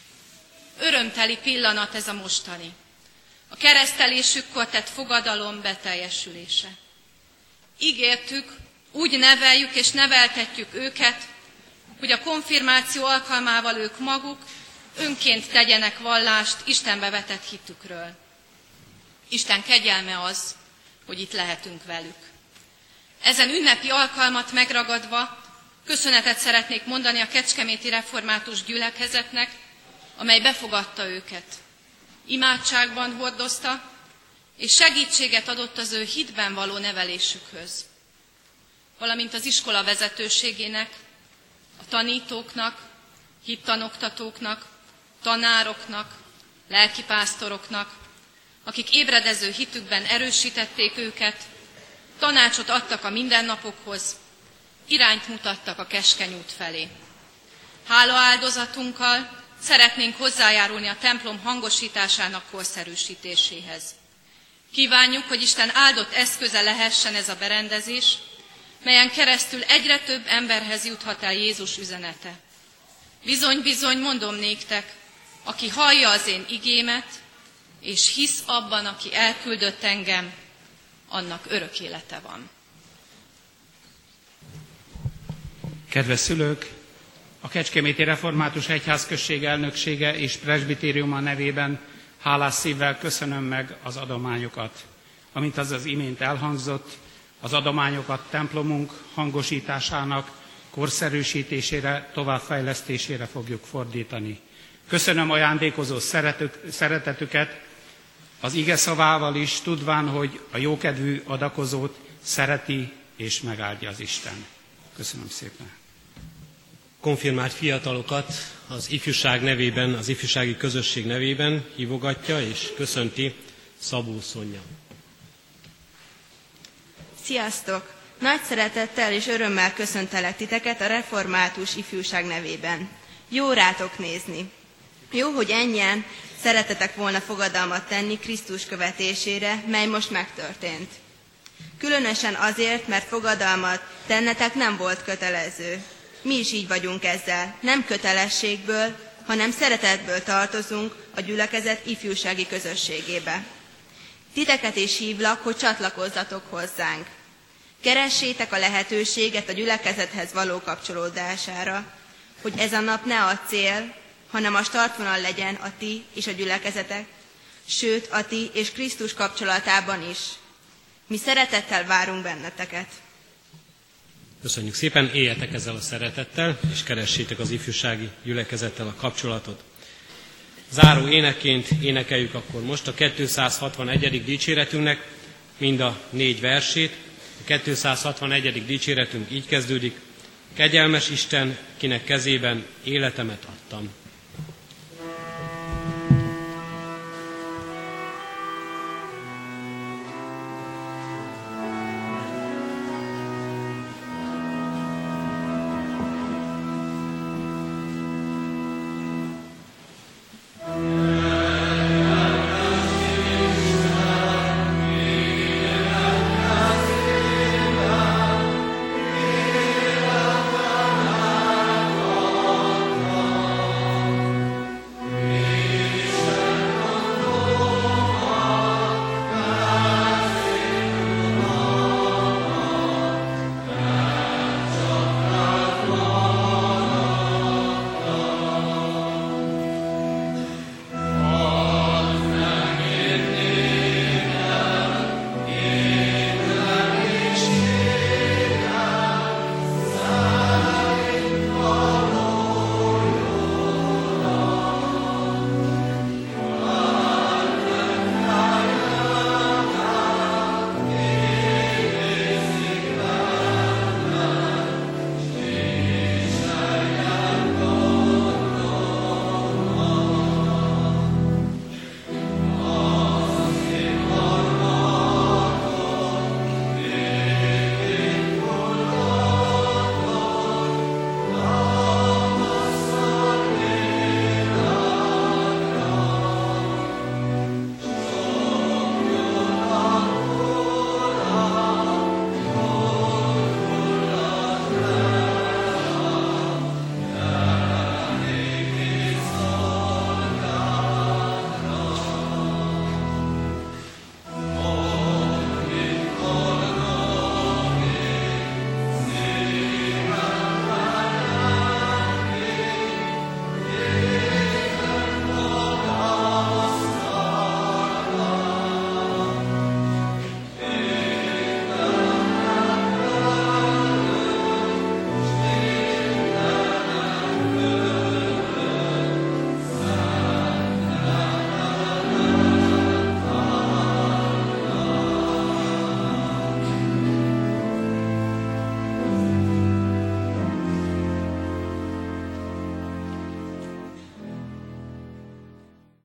Örömteli pillanat ez a mostani, a keresztelésükkor tett fogadalom beteljesülése. Ígértük, úgy neveljük és neveltetjük őket, hogy a konfirmáció alkalmával ők maguk önként tegyenek vallást Istenbe vetett hitükről. Isten kegyelme az, hogy itt lehetünk velük. Ezen ünnepi alkalmat megragadva köszönetet szeretnék mondani a kecskeméti református gyülekezetnek, amely befogadta őket. Imádságban hordozta, és segítséget adott az ő hitben való nevelésükhöz. Valamint az iskola vezetőségének, a tanítóknak, hittanoktatóknak, tanároknak, lelkipásztoroknak, akik ébredező hitükben erősítették őket, tanácsot adtak a mindennapokhoz, irányt mutattak a keskeny út felé. Hála áldozatunkkal szeretnénk hozzájárulni a templom hangosításának korszerűsítéséhez. Kívánjuk, hogy Isten áldott eszköze lehessen ez a berendezés, melyen keresztül egyre több emberhez juthat el Jézus üzenete. Bizony, bizony, mondom néktek, aki hallja az én igémet, és hisz abban, aki elküldött engem, annak örök élete van. Kedves szülők, a Kecskeméti Református Egyházközség elnöksége és presbitériuma nevében hálás szívvel köszönöm meg az adományokat. Amint az imént elhangzott, az adományokat templomunk hangosításának korszerűsítésére, továbbfejlesztésére fogjuk fordítani. Köszönöm ajándékozó szeretetüket, az ige szavával is, tudván, hogy a jókedvű adakozót szereti és megáldja az Isten. Köszönöm szépen. Konfirmált fiatalokat az ifjúság nevében, az ifjúsági közösség nevében hívogatja és köszönti Szabó Szonya. Sziasztok! Nagy szeretettel és örömmel köszöntelek titeket a református ifjúság nevében. Jó rátok nézni! Jó, hogy ennyien szeretetek volna fogadalmat tenni Krisztus követésére, mely most megtörtént. Különösen azért, mert fogadalmat tennetek nem volt kötelező. Mi is így vagyunk ezzel, nem kötelességből, hanem szeretetből tartozunk a gyülekezet ifjúsági közösségébe. Titeket is hívlak, hogy csatlakozzatok hozzánk. Keressétek a lehetőséget a gyülekezethez való kapcsolódására, hogy ez a nap ne a cél, hanem a startvonal legyen a ti és a gyülekezetek, sőt a ti és Krisztus kapcsolatában is. Mi szeretettel várunk benneteket. Köszönjük szépen, éljetek ezzel a szeretettel, és keressétek az ifjúsági gyülekezettel a kapcsolatot. Záró énekként énekeljük akkor most a 261. dicséretünknek mind a 4 versét. A 261. dicséretünk így kezdődik: Kegyelmes Isten, kinek kezében életemet adtam.